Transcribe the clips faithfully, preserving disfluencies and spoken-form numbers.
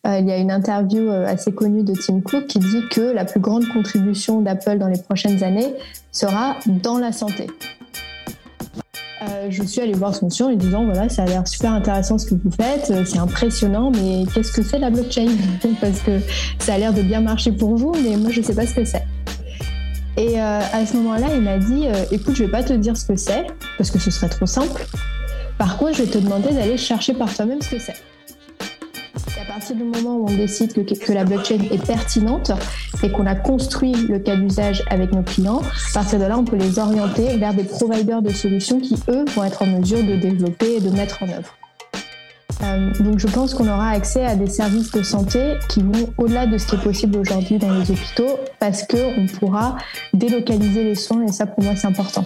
euh, il y a une interview euh, assez connue de Tim Cook qui dit que la plus grande contribution d'Apple dans les prochaines années sera dans la santé. Euh, je suis allée voir son site en lui disant voilà, ça a l'air super intéressant ce que vous faites, c'est impressionnant, mais qu'est-ce que c'est la blockchain ? Parce que ça a l'air de bien marcher pour vous, mais moi je ne sais pas ce que c'est. Et euh, à ce moment-là, il m'a dit euh, écoute, je ne vais pas te dire ce que c'est, parce que ce serait trop simple. Par contre, je vais te demander d'aller chercher par toi-même ce que c'est. Et à partir du moment où on décide que, que la blockchain est pertinente et qu'on a construit le cas d'usage avec nos clients, à partir de là, on peut les orienter vers des providers de solutions qui, eux, vont être en mesure de développer et de mettre en œuvre. Euh, donc je pense qu'on aura accès à des services de santé qui vont au-delà de ce qui est possible aujourd'hui dans les hôpitaux parce qu'on pourra délocaliser les soins et ça, pour moi, c'est important.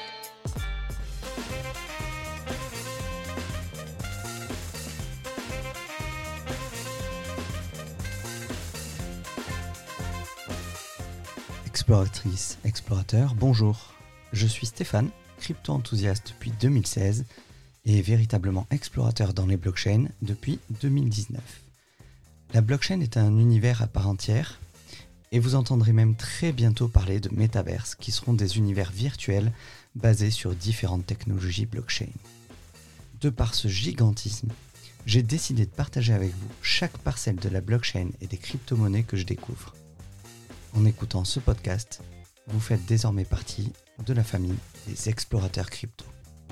Exploratrice, explorateur, bonjour. Je suis Stéphane, crypto-enthousiaste depuis deux mille seize et véritablement explorateur dans les blockchains depuis deux mille dix-neuf. La blockchain est un univers à part entière et vous entendrez même très bientôt parler de métaverses qui seront des univers virtuels basés sur différentes technologies blockchain. De par ce gigantisme, j'ai décidé de partager avec vous chaque parcelle de la blockchain et des crypto-monnaies que je découvre. En écoutant ce podcast, vous faites désormais partie de la famille des explorateurs crypto.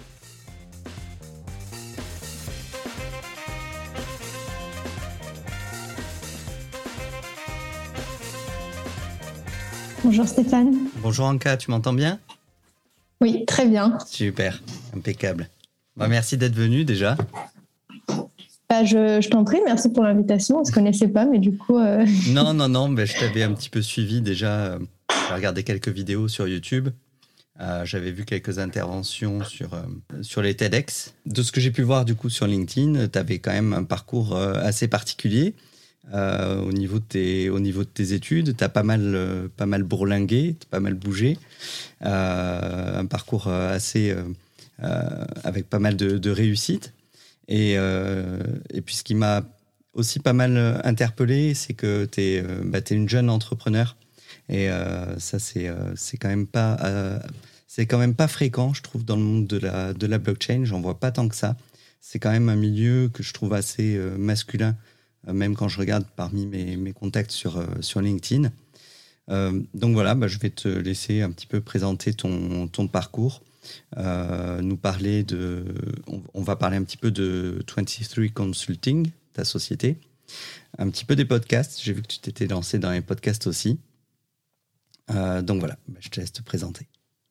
Bonjour Stéphane. Bonjour Anka, tu m'entends bien ? Oui, très bien. Super, impeccable. Bah, merci d'être venu déjà. Bah, je, je t'en prie, merci pour l'invitation. On ne se connaissait pas, mais du coup... Euh... Non, non, non, bah, je t'avais un petit peu suivi déjà. J'ai regardé quelques vidéos sur YouTube. Euh, j'avais vu quelques interventions sur, euh, sur les TEDx. De ce que j'ai pu voir du coup sur LinkedIn, tu avais quand même un parcours euh, assez particulier euh, au, niveau de tes, au niveau de tes études. Tu as pas mal, euh, pas mal bourlingué, pas mal bougé. Euh, un parcours assez... Euh, euh, avec pas mal de, de réussite. Et, euh, et puis ce qui m'a aussi pas mal interpellé, c'est que tu es euh, bah, t'es une jeune entrepreneur. Et euh, ça, c'est, euh, c'est, quand même pas, euh, c'est quand même pas fréquent, je trouve, dans le monde de la, de la blockchain. J'en vois pas tant que ça. C'est quand même un milieu que je trouve assez euh, masculin, euh, même quand je regarde parmi mes, mes contacts sur, euh, sur LinkedIn. Euh, donc voilà, bah, je vais te laisser un petit peu présenter ton, ton parcours. Euh, nous parler de on, on va parler un petit peu de vingt-trois Consulting, ta société, un petit peu des podcasts. J'ai vu que tu t'étais lancé dans les podcasts aussi, euh, donc voilà, je te laisse te présenter.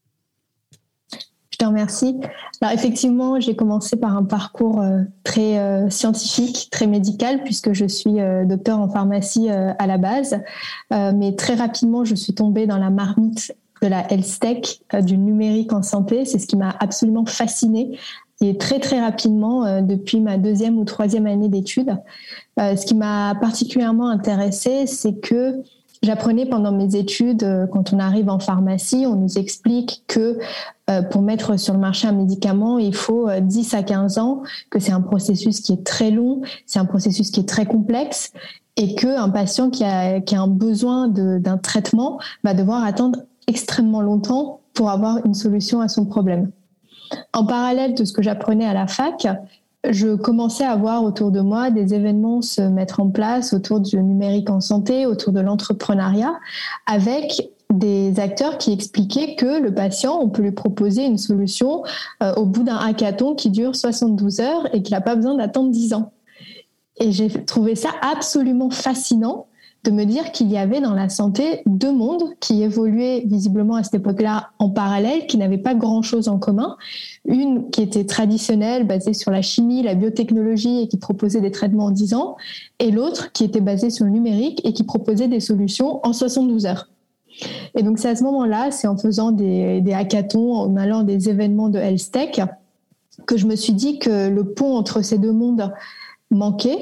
Je te remercie. Alors effectivement, j'ai commencé par un parcours euh, très euh, scientifique, très médical, puisque je suis euh, docteur en pharmacie euh, à la base, euh, mais très rapidement je suis tombée dans la marmite de la health tech, euh, du numérique en santé. C'est ce qui m'a absolument fascinée. Et très, très rapidement, euh, depuis ma deuxième ou troisième année d'études, euh, ce qui m'a particulièrement intéressée, c'est que j'apprenais pendant mes études, euh, quand on arrive en pharmacie, on nous explique que euh, pour mettre sur le marché un médicament, il faut euh, dix à quinze ans, que c'est un processus qui est très long, c'est un processus qui est très complexe, et qu'un patient qui a, qui a un besoin de, d'un traitement va devoir attendre extrêmement longtemps pour avoir une solution à son problème. En parallèle de ce que j'apprenais à la fac, je commençais à voir autour de moi des événements se mettre en place autour du numérique en santé, autour de l'entrepreneuriat, avec des acteurs qui expliquaient que le patient, on peut lui proposer une solution euh, au bout d'un hackathon qui dure soixante-douze heures et qu'il n'a pas besoin d'attendre dix ans. Et j'ai trouvé ça absolument fascinant de me dire qu'il y avait dans la santé deux mondes qui évoluaient visiblement à cette époque-là en parallèle, qui n'avaient pas grand-chose en commun. Une qui était traditionnelle, basée sur la chimie, la biotechnologie et qui proposait des traitements en dix ans, et l'autre qui était basée sur le numérique et qui proposait des solutions en soixante-douze heures. Et donc c'est à ce moment-là, c'est en faisant des, des hackathons, en allant à des événements de health tech, que je me suis dit que le pont entre ces deux mondes manquait,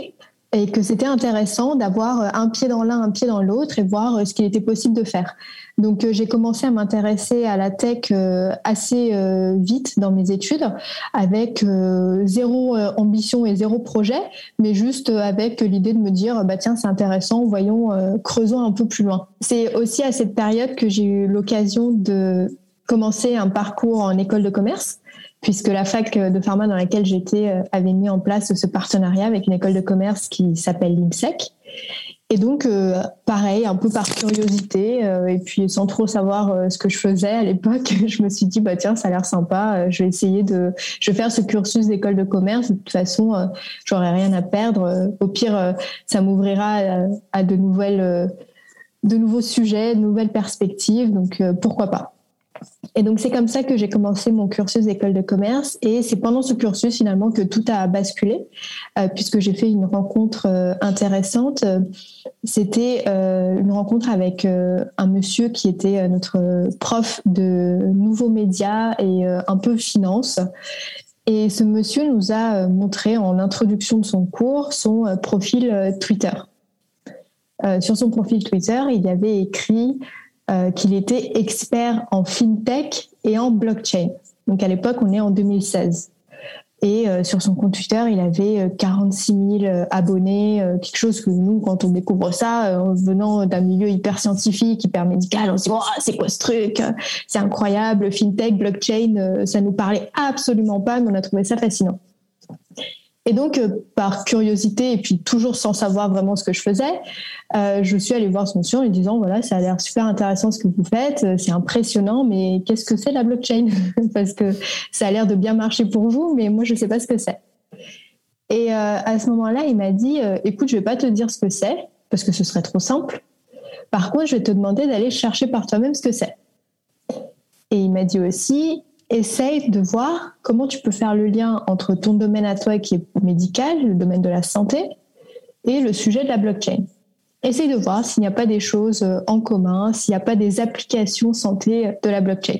et que c'était intéressant d'avoir un pied dans l'un, un pied dans l'autre et voir ce qu'il était possible de faire. Donc, euh, j'ai commencé à m'intéresser à la tech euh, assez euh, vite dans mes études, avec euh, zéro euh, ambition et zéro projet, mais juste euh, avec l'idée de me dire, bah tiens, c'est intéressant, voyons, euh, creusons un peu plus loin. C'est aussi à cette période que j'ai eu l'occasion de commencer un parcours en école de commerce, puisque la fac de pharma dans laquelle j'étais euh, avait mis en place ce partenariat avec une école de commerce qui s'appelle l'INSEC. Et donc, euh, pareil, un peu par curiosité, euh, et puis sans trop savoir euh, ce que je faisais à l'époque, je me suis dit, bah tiens, ça a l'air sympa, euh, je vais essayer de... Je vais faire ce cursus d'école de commerce, de toute façon, euh, j'aurai rien à perdre. Euh, au pire, euh, ça m'ouvrira à, à de nouvelles, euh, de nouveaux sujets, de nouvelles perspectives, donc euh, pourquoi pas. Et donc, c'est comme ça que j'ai commencé mon cursus d'école de commerce. Et c'est pendant ce cursus, finalement, que tout a basculé, euh, puisque j'ai fait une rencontre euh, intéressante. C'était euh, une rencontre avec euh, un monsieur qui était notre prof de nouveaux médias et euh, un peu finance. Et ce monsieur nous a montré, en introduction de son cours, son euh, profil euh, Twitter. Euh, sur son profil Twitter, il y avait écrit... Euh, qu'il était expert en fintech et en blockchain. Donc à l'époque, on est en deux mille seize. Et euh, sur son compte Twitter, il avait euh, quarante-six mille euh, abonnés, euh, quelque chose que nous, quand on découvre ça, euh, venant d'un milieu hyper scientifique, hyper médical, on se dit oh, « c'est quoi ce truc ? C'est incroyable, fintech, blockchain, euh, ça nous parlait absolument pas, mais on a trouvé ça fascinant. » Et donc, euh, par curiosité, et puis toujours sans savoir vraiment ce que je faisais, euh, je suis allée voir ce monsieur en lui disant, voilà, ça a l'air super intéressant ce que vous faites, c'est impressionnant, mais qu'est-ce que c'est la blockchain ? Parce que ça a l'air de bien marcher pour vous, mais moi, je ne sais pas ce que c'est. Et euh, à ce moment-là, il m'a dit, euh, écoute, je ne vais pas te dire ce que c'est, parce que ce serait trop simple. Par contre, je vais te demander d'aller chercher par toi-même ce que c'est. Et il m'a dit aussi... essaye de voir comment tu peux faire le lien entre ton domaine à toi qui est médical, le domaine de la santé, et le sujet de la blockchain. Essaye de voir s'il n'y a pas des choses en commun, s'il n'y a pas des applications santé de la blockchain.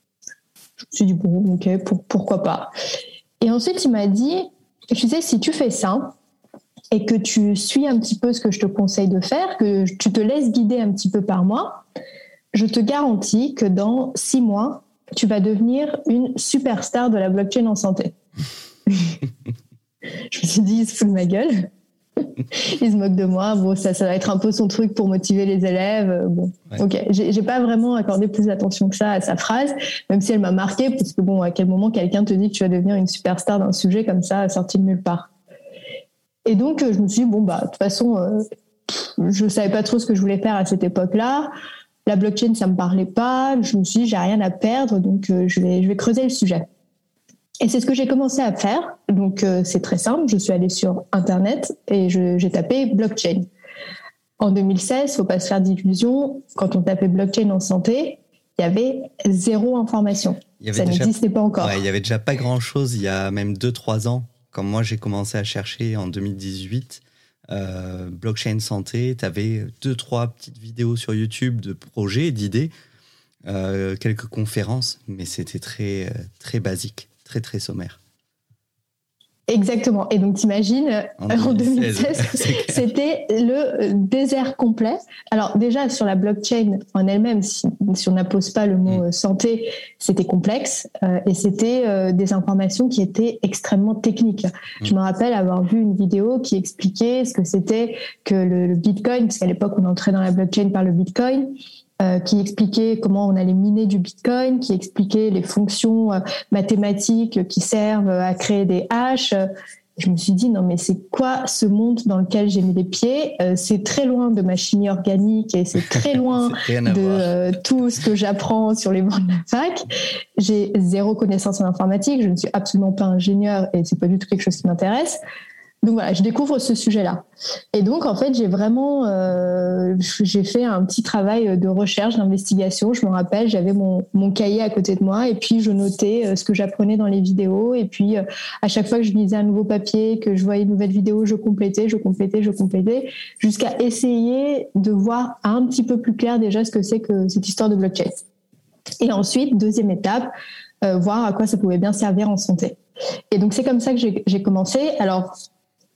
Je me suis dit, bon, ok, pour, pourquoi pas. Et ensuite, il m'a dit, tu sais, si tu fais ça, et que tu suis un petit peu ce que je te conseille de faire, que tu te laisses guider un petit peu par moi, je te garantis que dans six mois, tu vas devenir une superstar de la blockchain en santé. Je me suis dit, il se fout de ma gueule. Il se moque de moi. Bon, ça, ça va être un peu son truc pour motiver les élèves. Bon, ouais. Ok. J'ai, j'ai pas vraiment accordé plus d'attention que ça à sa phrase, même si elle m'a marquée, parce que bon, à quel moment quelqu'un te dit que tu vas devenir une superstar d'un sujet comme ça, sorti de nulle part. Et donc, je me suis dit, bon, bah, de toute façon, euh, je savais pas trop ce que je voulais faire à cette époque-là. La blockchain, ça me parlait pas. Je me suis dit, j'ai rien à perdre, donc euh, je vais, je vais creuser le sujet. Et c'est ce que j'ai commencé à faire. Donc, euh, c'est très simple. Je suis allée sur Internet et je, j'ai tapé blockchain. En deux mille seize, faut pas se faire d'illusions. Quand on tapait blockchain en santé, il y avait zéro information. Ça déjà, n'existait pas encore. Ouais, il y avait déjà pas grand-chose. Il y a même deux trois ans, quand moi j'ai commencé à chercher en deux mille dix-huit. Euh, blockchain santé, tu avais deux, trois petites vidéos sur YouTube de projets, d'idées, euh, quelques conférences, mais c'était très, très basique, très, très sommaire. Exactement. Et donc, t'imagines, en, en deux mille seize, c'était le désert complet. Alors, déjà, sur la blockchain en elle-même, si, si on n'impose pas le mot mmh. santé, c'était complexe euh, et c'était euh, des informations qui étaient extrêmement techniques. Mmh. Je me rappelle avoir vu une vidéo qui expliquait ce que c'était que le, le Bitcoin, parce qu'à l'époque, on entrait dans la blockchain par le Bitcoin. Euh, qui expliquait comment on allait miner du Bitcoin, qui expliquait les fonctions euh, mathématiques qui servent à créer des hashes. Je me suis dit, non mais c'est quoi ce monde dans lequel j'ai mis les pieds ? euh, C'est très loin de ma chimie organique et c'est très loin c'est de euh, tout ce que j'apprends sur les bancs de la fac. J'ai zéro connaissance en informatique, je ne suis absolument pas ingénieure et c'est pas du tout quelque chose qui m'intéresse. Donc voilà, je découvre ce sujet-là. Et donc, en fait, j'ai vraiment... Euh, j'ai fait un petit travail de recherche, d'investigation. Je me rappelle, j'avais mon, mon cahier à côté de moi et puis je notais ce que j'apprenais dans les vidéos. Et puis, à chaque fois que je lisais un nouveau papier, que je voyais une nouvelle vidéo, je complétais, je complétais, je complétais, jusqu'à essayer de voir un petit peu plus clair déjà ce que c'est que cette histoire de blockchain. Et ensuite, deuxième étape, euh, voir à quoi ça pouvait bien servir en santé. Et donc, c'est comme ça que j'ai, j'ai commencé. Alors...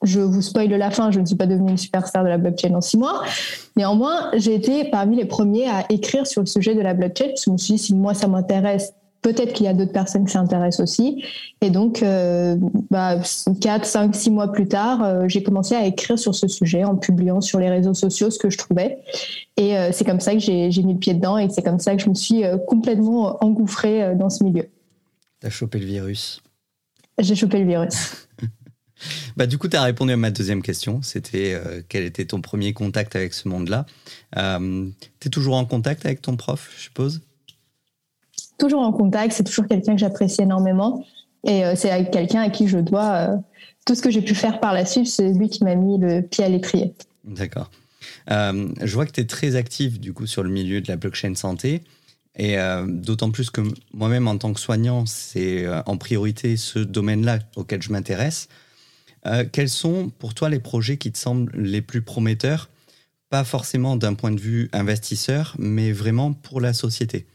je vous spoil la fin, je ne suis pas devenue une superstar de la blockchain en six mois. Néanmoins, j'ai été parmi les premiers à écrire sur le sujet de la blockchain, parce que je me suis dit, si moi ça m'intéresse, peut-être qu'il y a d'autres personnes qui s'intéressent aussi. Et donc, euh, bah, quatre, cinq, six mois plus tard, euh, j'ai commencé à écrire sur ce sujet en publiant sur les réseaux sociaux ce que je trouvais. Et euh, c'est comme ça que j'ai, j'ai mis le pied dedans et c'est comme ça que je me suis euh, complètement engouffrée euh, dans ce milieu. T'as chopé le virus. J'ai chopé le virus. Bah, du coup, tu as répondu à ma deuxième question. C'était euh, quel était ton premier contact avec ce monde-là. euh, Tu es toujours en contact avec ton prof, je suppose? Toujours en contact, c'est toujours quelqu'un que j'apprécie énormément. Et euh, c'est avec quelqu'un à qui je dois euh, tout ce que j'ai pu faire par la suite. C'est lui qui m'a mis le pied à l'étrier. D'accord. Euh, je vois que tu es très active du coup, sur le milieu de la blockchain santé. Et euh, d'autant plus que moi-même, en tant que soignant, c'est euh, en priorité ce domaine-là auquel je m'intéresse. Euh, quels sont pour toi les projets qui te semblent les plus prometteurs, pas forcément d'un point de vue investisseur, mais vraiment pour la société?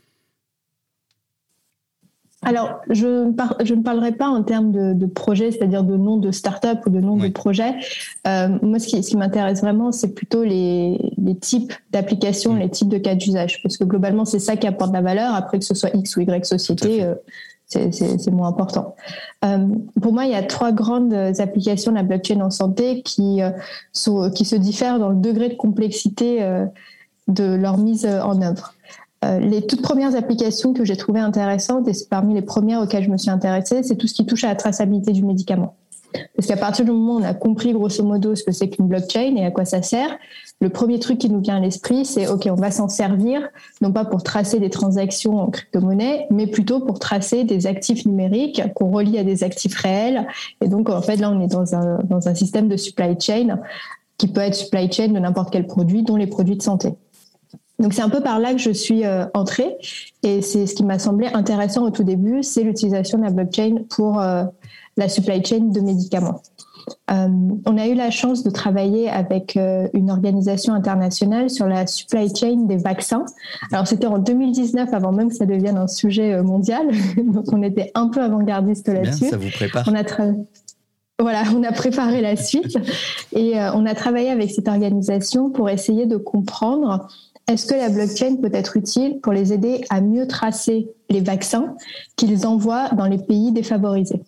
Alors, je, par, je ne parlerai pas en termes de, de projet, c'est-à-dire de nom de start-up ou de nom oui. de projet. Euh, moi, ce qui, ce qui m'intéresse vraiment, c'est plutôt les, les types d'applications, mmh. les types de cas d'usage. Parce que globalement, c'est ça qui apporte la valeur. Après, que ce soit X ou Y société, euh, c'est, c'est, c'est moins important. Euh, pour moi, il y a trois grandes applications de la blockchain en santé qui, euh, sont, qui se diffèrent dans le degré de complexité euh, de leur mise en œuvre. Euh, les toutes premières applications que j'ai trouvées intéressantes, et c'est parmi les premières auxquelles je me suis intéressée, c'est tout ce qui touche à la traçabilité du médicament. Parce qu'à partir du moment où on a compris grosso modo ce que c'est qu'une blockchain et à quoi ça sert, le premier truc qui nous vient à l'esprit, c'est OK, on va s'en servir, non pas pour tracer des transactions en crypto-monnaie, mais plutôt pour tracer des actifs numériques qu'on relie à des actifs réels. Et donc, en fait, là, on est dans un, dans un système de supply chain qui peut être supply chain de n'importe quel produit, dont les produits de santé. Donc c'est un peu par là que je suis euh, entrée et c'est ce qui m'a semblé intéressant au tout début, c'est l'utilisation de la blockchain pour euh, la supply chain de médicaments. Euh, on a eu la chance de travailler avec euh, une organisation internationale sur la supply chain des vaccins. Alors c'était en deux mille dix-neuf, avant même que ça devienne un sujet euh, mondial, donc on était un peu avant-gardiste là-dessus. Bien, ça vous prépare. On a tra- Voilà, on a préparé la suite et euh, on a travaillé avec cette organisation pour essayer de comprendre est-ce que la blockchain peut être utile pour les aider à mieux tracer les vaccins qu'ils envoient dans les pays défavorisés.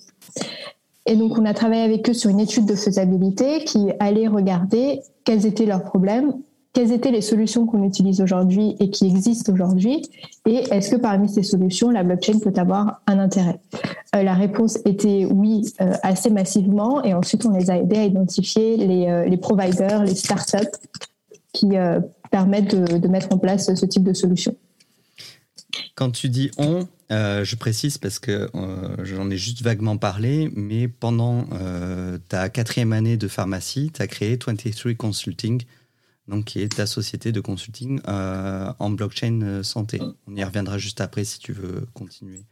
Et donc, on a travaillé avec eux sur une étude de faisabilité qui allait regarder quels étaient leurs problèmes, quelles étaient les solutions qu'on utilise aujourd'hui et qui existent aujourd'hui, et est-ce que parmi ces solutions, la blockchain peut avoir un intérêt ? Euh, la réponse était oui, euh, assez massivement, et ensuite on les a aidés à identifier les, euh, les providers, les startups qui euh, permettent de, de mettre en place ce type de solution. Quand tu dis on, euh, je précise parce que euh, j'en ai juste vaguement parlé, mais pendant euh, ta quatrième année de pharmacie, tu as créé vingt-trois Consulting, donc qui est ta société de consulting euh, en blockchain santé. On y reviendra juste après si tu veux continuer.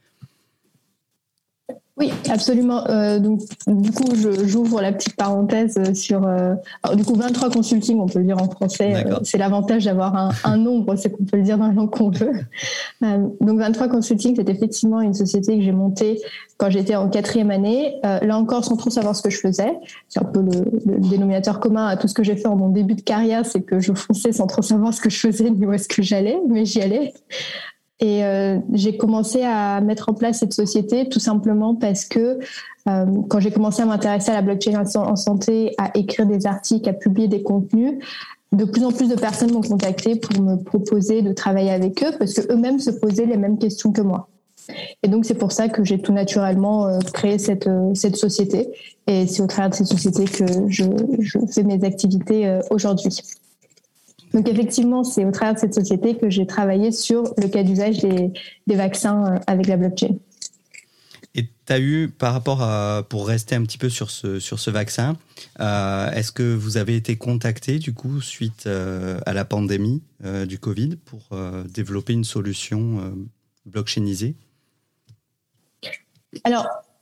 Oui, absolument. Euh, donc, du coup, je, j'ouvre la petite parenthèse sur. Euh, alors, du coup, vingt-trois Consulting, on peut le dire en français. Euh, c'est l'avantage d'avoir un, un nombre, c'est qu'on peut le dire dans la langue qu'on veut. Euh, donc, vingt-trois Consulting, c'est effectivement une société que j'ai montée quand j'étais en quatrième année. Euh, là encore, sans trop savoir ce que je faisais. C'est un peu le, le dénominateur commun à tout ce que j'ai fait en mon début de carrière, c'est que je fonçais sans trop savoir ce que je faisais ni où est-ce que j'allais, mais j'y allais. Et euh, j'ai commencé à mettre en place cette société tout simplement parce que euh, quand j'ai commencé à m'intéresser à la blockchain en santé, à écrire des articles, à publier des contenus, de plus en plus de personnes m'ont contacté pour me proposer de travailler avec eux parce que eux-mêmes se posaient les mêmes questions que moi. Et donc c'est pour ça que j'ai tout naturellement euh, créé cette euh, cette société. Et c'est au travers de cette société que je, je fais mes activités euh, aujourd'hui. Donc effectivement, c'est au travers de cette société que j'ai travaillé sur le cas d'usage des, des vaccins avec la blockchain. Et tu as eu, par rapport à, pour rester un petit peu sur ce, sur ce vaccin, euh, est-ce que vous avez été contacté du coup suite euh, à la pandémie euh, du Covid pour euh, développer une solution euh, blockchainisée ? Alors,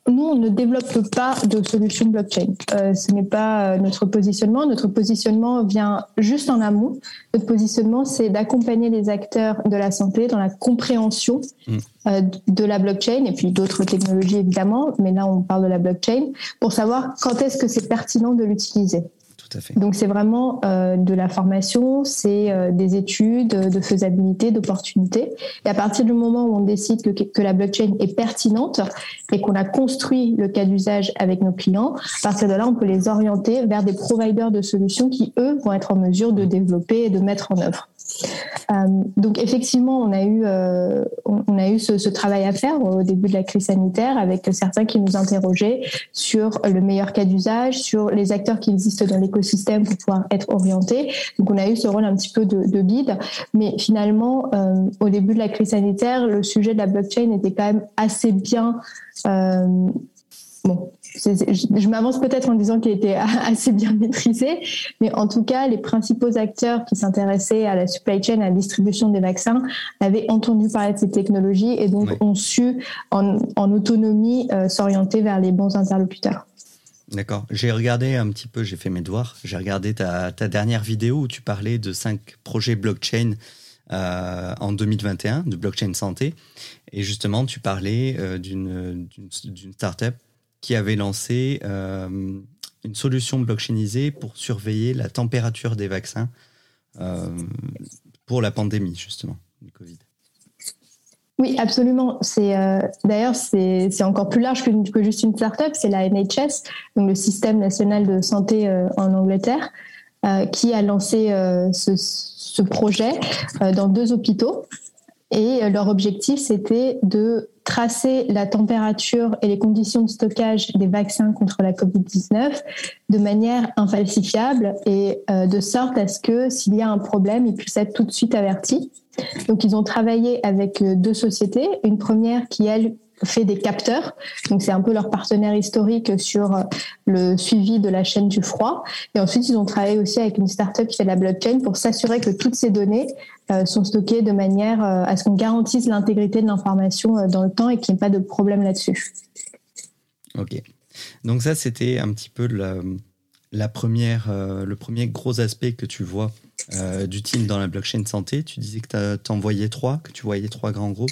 nous, on ne développe pas de solution blockchain. Euh, ce n'est pas notre positionnement. Notre positionnement vient juste en amont. Notre positionnement, c'est d'accompagner les acteurs de la santé dans la compréhension mmh. euh, de la blockchain et puis d'autres technologies évidemment, mais là, on parle de la blockchain, pour savoir quand est-ce que c'est pertinent de l'utiliser. Tout à fait. Donc, c'est vraiment euh, de la formation, c'est euh, des études de faisabilité, d'opportunité. Et à partir du moment où on décide que, que la blockchain est pertinente et qu'on a construit le cas d'usage avec nos clients, à partir de là, on peut les orienter vers des providers de solutions qui, eux, vont être en mesure de développer et de mettre en œuvre. Euh, donc effectivement, on a eu, euh, on a eu ce, ce travail à faire au début de la crise sanitaire avec certains qui nous interrogeaient sur le meilleur cas d'usage, sur les acteurs qui existent dans l'écosystème pour pouvoir être orientés. Donc on a eu ce rôle un petit peu de, de guide, mais finalement, euh, au début de la crise sanitaire, le sujet de la blockchain était quand même assez bien... Euh, Bon, c'est, c'est, je, je m'avance peut-être en disant qu'il était assez bien maîtrisé, mais en tout cas, les principaux acteurs qui s'intéressaient à la supply chain, à la distribution des vaccins, avaient entendu parler de ces technologies et donc oui. ont su, en, en autonomie, euh, s'orienter vers les bons interlocuteurs. D'accord. J'ai regardé un petit peu, j'ai fait mes devoirs, j'ai regardé ta, ta dernière vidéo où tu parlais de cinq projets blockchain euh, en deux mille vingt et un, de blockchain santé, et justement, tu parlais euh, d'une, d'une, d'une start-up qui avait lancé euh, une solution blockchainisée pour surveiller la température des vaccins euh, pour la pandémie, justement, du Covid. Oui, absolument. C'est, euh, d'ailleurs, c'est, c'est encore plus large que, que juste une start-up. C'est la N H S, donc le Système national de santé euh, en Angleterre, euh, qui a lancé euh, ce, ce projet euh, dans deux hôpitaux. Et euh, leur objectif, c'était de tracer la température et les conditions de stockage des vaccins contre la covid dix-neuf de manière infalsifiable et euh, de sorte à ce que s'il y a un problème, ils puissent être tout de suite avertis. Donc, ils ont travaillé avec deux sociétés. Une première qui, elle, fait des capteurs. Donc, c'est un peu leur partenaire historique sur le suivi de la chaîne du froid. Et ensuite, ils ont travaillé aussi avec une start-up qui fait de la blockchain pour s'assurer que toutes ces données euh, sont stockées de manière euh, à ce qu'on garantisse l'intégrité de l'information euh, dans le temps et qu'il n'y ait pas de problème là-dessus. Ok. Donc ça, c'était un petit peu la, la première, euh, le premier gros aspect que tu vois euh, d'utile dans la blockchain santé. Tu disais que tu en voyais trois, que tu voyais trois grands groupes.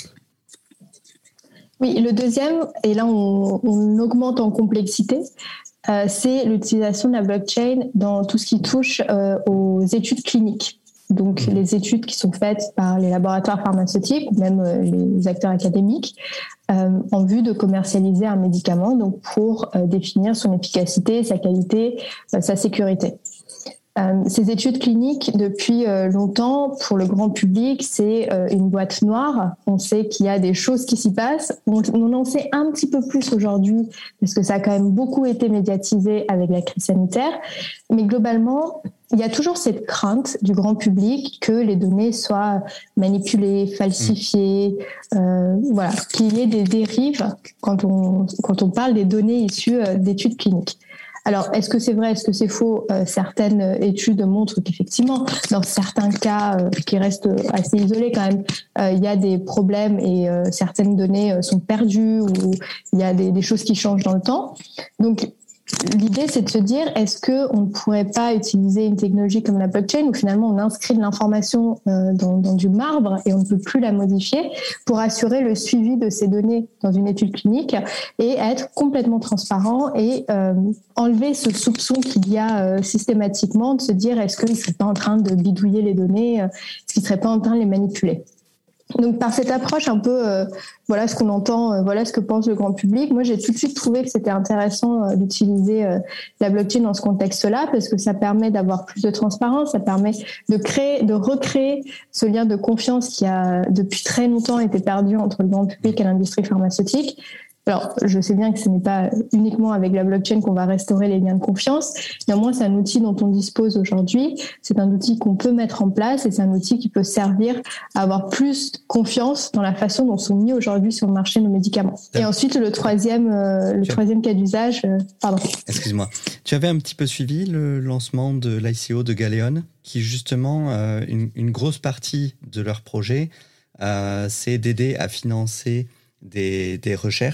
Oui, le deuxième, et là on, on augmente en complexité, euh, c'est l'utilisation de la blockchain dans tout ce qui touche euh, aux études cliniques. Donc les études qui sont faites par les laboratoires pharmaceutiques ou même euh, les acteurs académiques euh, en vue de commercialiser un médicament, donc pour euh, définir son efficacité, sa qualité, euh, sa sécurité. Euh, ces études cliniques, depuis euh, longtemps, pour le grand public, c'est euh, une boîte noire. On sait qu'il y a des choses qui s'y passent. On, on en sait un petit peu plus aujourd'hui parce que ça a quand même beaucoup été médiatisé avec la crise sanitaire. Mais globalement, il y a toujours cette crainte du grand public que les données soient manipulées, falsifiées, euh, voilà, qu'il y ait des dérives quand on, quand on parle des données issues euh, d'études cliniques. Alors, est-ce que c'est vrai, est-ce que c'est faux ? euh, Certaines études montrent qu'effectivement, dans certains cas euh, qui restent assez isolés quand même, euh, il y a des problèmes et euh, certaines données euh, sont perdues ou il y a des, des choses qui changent dans le temps. Donc, l'idée, c'est de se dire, est-ce qu'on ne pourrait pas utiliser une technologie comme la blockchain où finalement on inscrit de l'information euh, dans, dans du marbre et on ne peut plus la modifier pour assurer le suivi de ces données dans une étude clinique et être complètement transparent et euh, enlever ce soupçon qu'il y a euh, systématiquement de se dire, est-ce qu'ils ne seraient pas en train de bidouiller les données, euh, est-ce qu'ils ne seraient pas en train de les manipuler ? Donc par cette approche un peu, euh, voilà ce qu'on entend, euh, voilà ce que pense le grand public. Moi, j'ai tout de suite trouvé que c'était intéressant euh, d'utiliser euh, la blockchain dans ce contexte-là parce que ça permet d'avoir plus de transparence, ça permet de créer, de recréer ce lien de confiance qui a depuis très longtemps été perdu entre le grand public et l'industrie pharmaceutique. Alors, je sais bien que ce n'est pas uniquement avec la blockchain qu'on va restaurer les liens de confiance. Néanmoins, c'est un outil dont on dispose aujourd'hui. C'est un outil qu'on peut mettre en place et c'est un outil qui peut servir à avoir plus confiance dans la façon dont sont mis aujourd'hui sur le marché nos médicaments. Et ensuite, le troisième, euh, le troisième cas d'usage, euh, pardon. Excuse-moi. Tu avais un petit peu suivi le lancement de l'I C O de Galeon, qui justement, euh, une, une grosse partie de leur projet, euh, c'est d'aider à financer Des, des recherches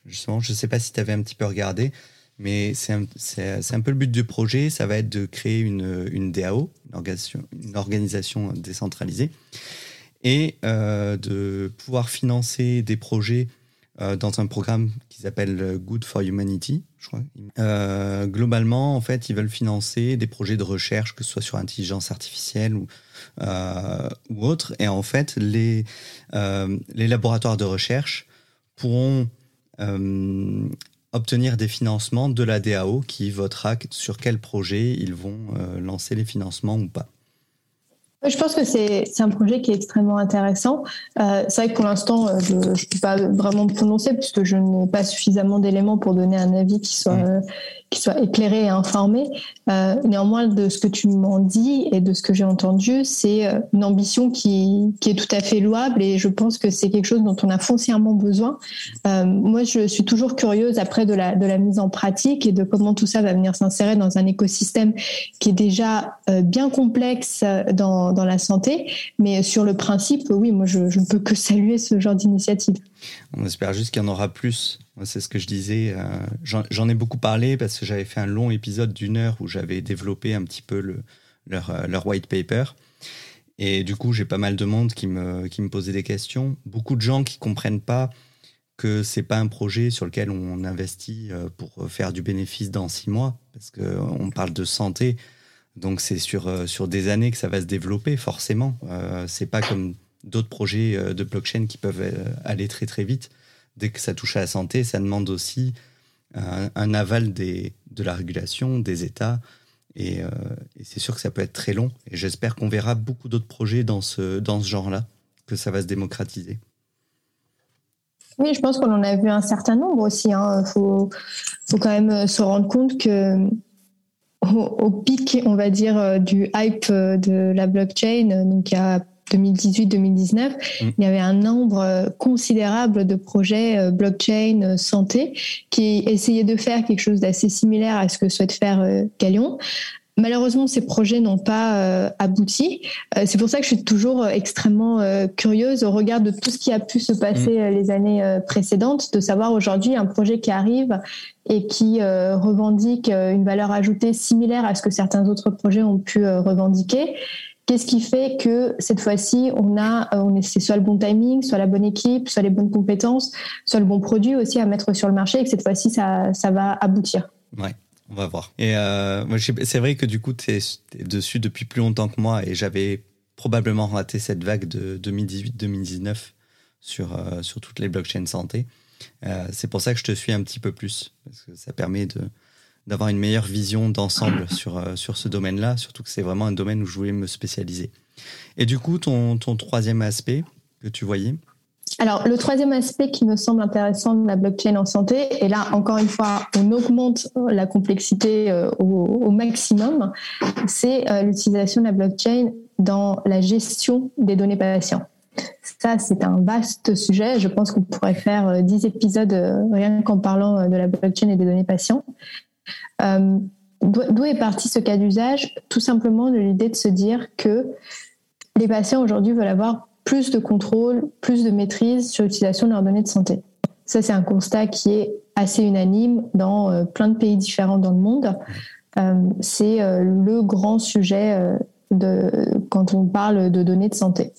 justement. Je ne sais pas si tu avais un petit peu regardé, mais c'est un, c'est, c'est un peu le but du projet. Ça va être de créer une, une D A O, une organisation, une organisation décentralisée, et euh, de pouvoir financer des projets euh, dans un programme qu'ils appellent Good for Humanity, je crois. Euh, globalement, en fait, ils veulent financer des projets de recherche, que ce soit sur l'intelligence artificielle ou, euh, ou autre. Et en fait, les, euh, les laboratoires de recherche pourront euh, obtenir des financements de la D A O qui votera sur quel projet ils vont euh, lancer les financements ou pas. Je pense que c'est, c'est un projet qui est extrêmement intéressant. Euh, c'est vrai que pour l'instant, je ne peux pas vraiment me prononcer puisque je n'ai pas suffisamment d'éléments pour donner un avis qui soit, mmh. euh, qui soit éclairé et informé. Euh, néanmoins, de ce que tu m'en dis et de ce que j'ai entendu, c'est une ambition qui, qui est tout à fait louable et je pense que c'est quelque chose dont on a foncièrement besoin. Euh, moi, je suis toujours curieuse après de la, de la mise en pratique et de comment tout ça va venir s'insérer dans un écosystème qui est déjà euh, bien complexe dans dans la santé, mais sur le principe, oui, moi je, je ne peux que saluer ce genre d'initiative. On espère juste qu'il y en aura plus. Moi, c'est ce que je disais. Euh, j'en, j'en ai beaucoup parlé parce que j'avais fait un long épisode d'une heure où j'avais développé un petit peu le, leur, leur white paper. Et du coup, j'ai pas mal de monde qui me, qui me posait des questions. Beaucoup de gens qui ne comprennent pas que ce n'est pas un projet sur lequel on investit pour faire du bénéfice dans six mois, parce qu'on parle de santé. Donc, c'est sur, euh, sur des années que ça va se développer, forcément. Euh, c'est pas comme d'autres projets euh, de blockchain qui peuvent euh, aller très, très vite. Dès que ça touche à la santé, ça demande aussi un, un aval des, de la régulation, des États. Et, euh, et c'est sûr que ça peut être très long. Et j'espère qu'on verra beaucoup d'autres projets dans ce, dans ce genre-là, que ça va se démocratiser. Oui, je pense qu'on en a vu un certain nombre aussi. Hein. Faut, faut quand même se rendre compte que au pic, on va dire, du hype de la blockchain, donc il y a deux mille dix-huit deux mille dix-neuf, mmh. il y avait un nombre considérable de projets blockchain santé qui essayaient de faire quelque chose d'assez similaire à ce que souhaite faire Galion. Malheureusement, ces projets n'ont pas euh, abouti. Euh, c'est pour ça que je suis toujours extrêmement euh, curieuse au regard de tout ce qui a pu se passer mmh. les années euh, précédentes, de savoir aujourd'hui un projet qui arrive et qui euh, revendique une valeur ajoutée similaire à ce que certains autres projets ont pu euh, revendiquer. Qu'est-ce qui fait que cette fois-ci, on a, on est, c'est soit le bon timing, soit la bonne équipe, soit les bonnes compétences, soit le bon produit aussi à mettre sur le marché et que cette fois-ci, ça, ça va aboutir. Ouais. On va voir. Et euh, moi, c'est vrai que du coup, tu es dessus depuis plus longtemps que moi et j'avais probablement raté cette vague de deux mille dix-huit deux mille dix-neuf sur, euh, sur toutes les blockchains santé. Euh, c'est pour ça que je te suis un petit peu plus, parce que ça permet de, d'avoir une meilleure vision d'ensemble sur, euh, sur ce domaine-là, surtout que c'est vraiment un domaine où je voulais me spécialiser. Et du coup, ton, ton troisième aspect que tu voyais ? Alors, le troisième aspect qui me semble intéressant de la blockchain en santé, et là, encore une fois, on augmente la complexité euh, au, au maximum, c'est euh, l'utilisation de la blockchain dans la gestion des données patients. Ça, c'est un vaste sujet. Je pense qu'on pourrait faire euh, dix épisodes euh, rien qu'en parlant euh, de la blockchain et des données patients. Euh, d'où est parti ce cas d'usage ? Tout simplement de l'idée de se dire que les patients aujourd'hui veulent avoir plus de contrôle, plus de maîtrise sur l'utilisation de leurs données de santé. Ça, c'est un constat qui est assez unanime dans euh, plein de pays différents dans le monde. Euh, c'est euh, le grand sujet euh, de, quand on parle de données de santé.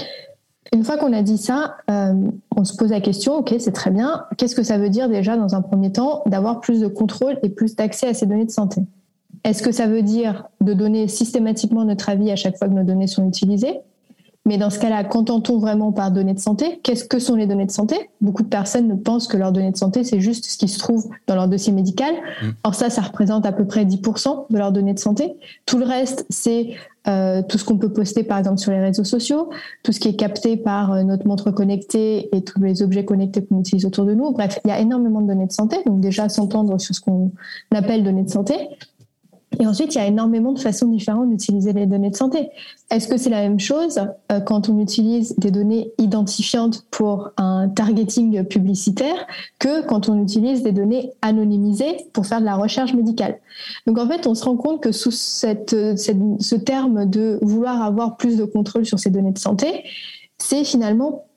Une fois qu'on a dit ça, euh, on se pose la question, ok, c'est très bien, qu'est-ce que ça veut dire déjà dans un premier temps d'avoir plus de contrôle et plus d'accès à ces données de santé ? Est-ce que ça veut dire de donner systématiquement notre avis à chaque fois que nos données sont utilisées ? Mais dans ce cas-là, qu'entend-on vraiment par données de santé ? Qu'est-ce que sont les données de santé ? Beaucoup de personnes pensent que leurs données de santé, c'est juste ce qui se trouve dans leur dossier médical. Mmh. Or ça, ça représente à peu près dix pour cent de leurs données de santé. Tout le reste, c'est euh, tout ce qu'on peut poster, par exemple, sur les réseaux sociaux, tout ce qui est capté par euh, notre montre connectée et tous les objets connectés qu'on utilise autour de nous. Bref, il y a énormément de données de santé. Donc déjà, s'entendre sur ce qu'on appelle données de santé. Et ensuite, il y a énormément de façons différentes d'utiliser les données de santé. Est-ce que c'est la même chose euh, quand on utilise des données identifiantes pour un targeting publicitaire que quand on utilise des données anonymisées pour faire de la recherche médicale ? Donc en fait, on se rend compte que sous cette, cette, ce terme de vouloir avoir plus de contrôle sur ces données de santé, c'est finalement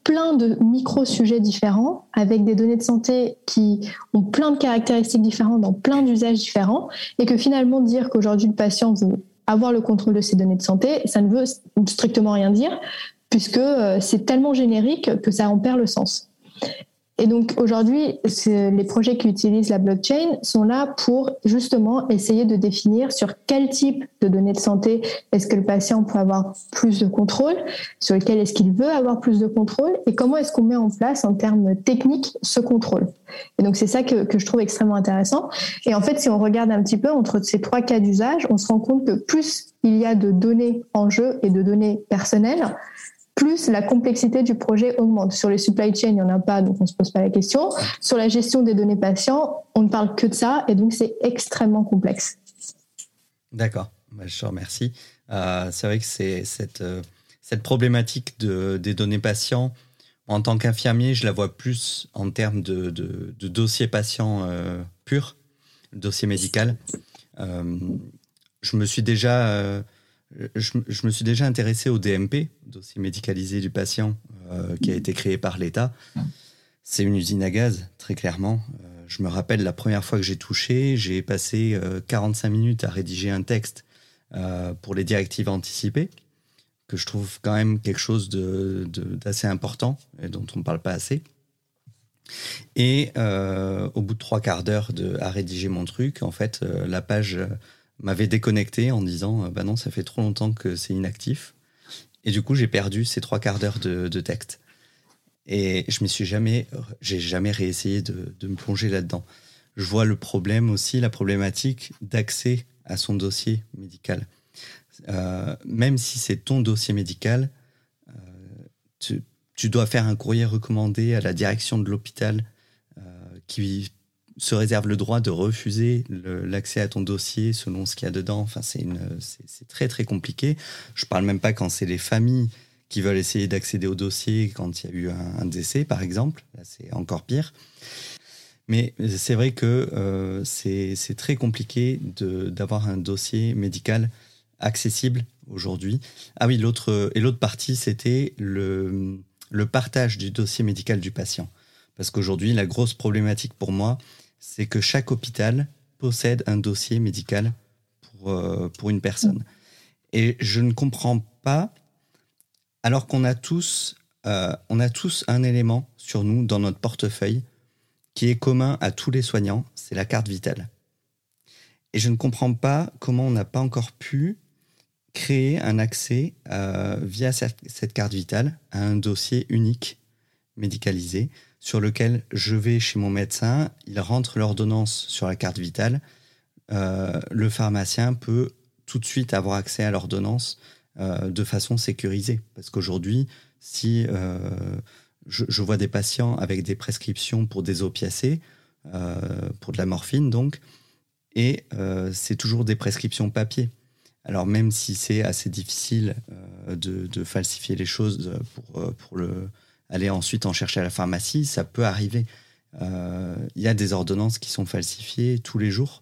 plein de micro-sujets différents, avec des données de santé qui ont plein de caractéristiques différentes dans plein d'usages différents, et que finalement dire qu'aujourd'hui le patient veut avoir le contrôle de ses données de santé, ça ne veut strictement rien dire, puisque c'est tellement générique que ça en perd le sens. Et donc aujourd'hui, les projets qui utilisent la blockchain sont là pour justement essayer de définir sur quel type de données de santé est-ce que le patient peut avoir plus de contrôle, sur lequel est-ce qu'il veut avoir plus de contrôle, et comment est-ce qu'on met en place en termes techniques ce contrôle. Et donc c'est ça que, que je trouve extrêmement intéressant. Et en fait, si on regarde un petit peu entre ces trois cas d'usage, on se rend compte que plus il y a de données en jeu et de données personnelles, plus la complexité du projet augmente. Sur les supply chain, il n'y en a pas, donc on ne se pose pas la question. Sur la gestion des données patients, on ne parle que de ça, et donc c'est extrêmement complexe. D'accord, je te remercie. Euh, c'est vrai que c'est cette, euh, cette problématique de, des données patients, en tant qu'infirmier, je la vois plus en termes de, de, de dossier patient euh, pur, dossier médical. Euh, je me suis déjà... Euh, Je, je me suis déjà intéressé au D M P, dossier médicalisé du patient, euh, qui a été créé par l'État. C'est une usine à gaz, très clairement. Euh, je me rappelle la première fois que j'ai touché, j'ai passé euh, quarante-cinq minutes à rédiger un texte euh, pour les directives anticipées, que je trouve quand même quelque chose de, de, d'assez important et dont on ne parle pas assez. Et euh, au bout de trois quarts d'heure de, à rédiger mon truc, en fait, euh, la page... Euh, m'avait déconnecté en disant bah non, ça fait trop longtemps que c'est inactif. Et du coup, j'ai perdu ces trois quarts d'heure de, de texte. Et je me suis jamais, j'ai jamais réessayé de, de me plonger là-dedans. Je vois le problème aussi, la problématique d'accès à son dossier médical. Euh, même si c'est ton dossier médical, euh, tu, tu dois faire un courrier recommandé à la direction de l'hôpital euh, qui se réserve le droit de refuser le, l'accès à ton dossier selon ce qu'il y a dedans. Enfin, c'est, une, c'est, c'est très, très compliqué. Je ne parle même pas quand c'est les familles qui veulent essayer d'accéder au dossier quand il y a eu un, un décès, par exemple. Là, c'est encore pire. Mais c'est vrai que euh, c'est, c'est très compliqué de, d'avoir un dossier médical accessible aujourd'hui. Ah oui, l'autre, et l'autre partie, c'était le, le partage du dossier médical du patient. Parce qu'aujourd'hui, la grosse problématique pour moi, c'est que chaque hôpital possède un dossier médical pour, euh, pour une personne. Et je ne comprends pas, alors qu'on a tous, euh, on a tous un élément sur nous, dans notre portefeuille, qui est commun à tous les soignants, c'est la carte vitale. Et je ne comprends pas comment on n'a pas encore pu créer un accès euh, via cette, cette carte vitale à un dossier unique médicalisé, sur lequel je vais chez mon médecin, il rentre l'ordonnance sur la carte vitale, euh, le pharmacien peut tout de suite avoir accès à l'ordonnance euh, de façon sécurisée. Parce qu'aujourd'hui, si euh, je, je vois des patients avec des prescriptions pour des opiacés, euh, pour de la morphine donc, et euh, c'est toujours des prescriptions papier. Alors même si c'est assez difficile euh, de, de falsifier les choses pour, pour le... aller ensuite en chercher à la pharmacie, ça peut arriver. Euh, il y a des ordonnances qui sont falsifiées tous les jours.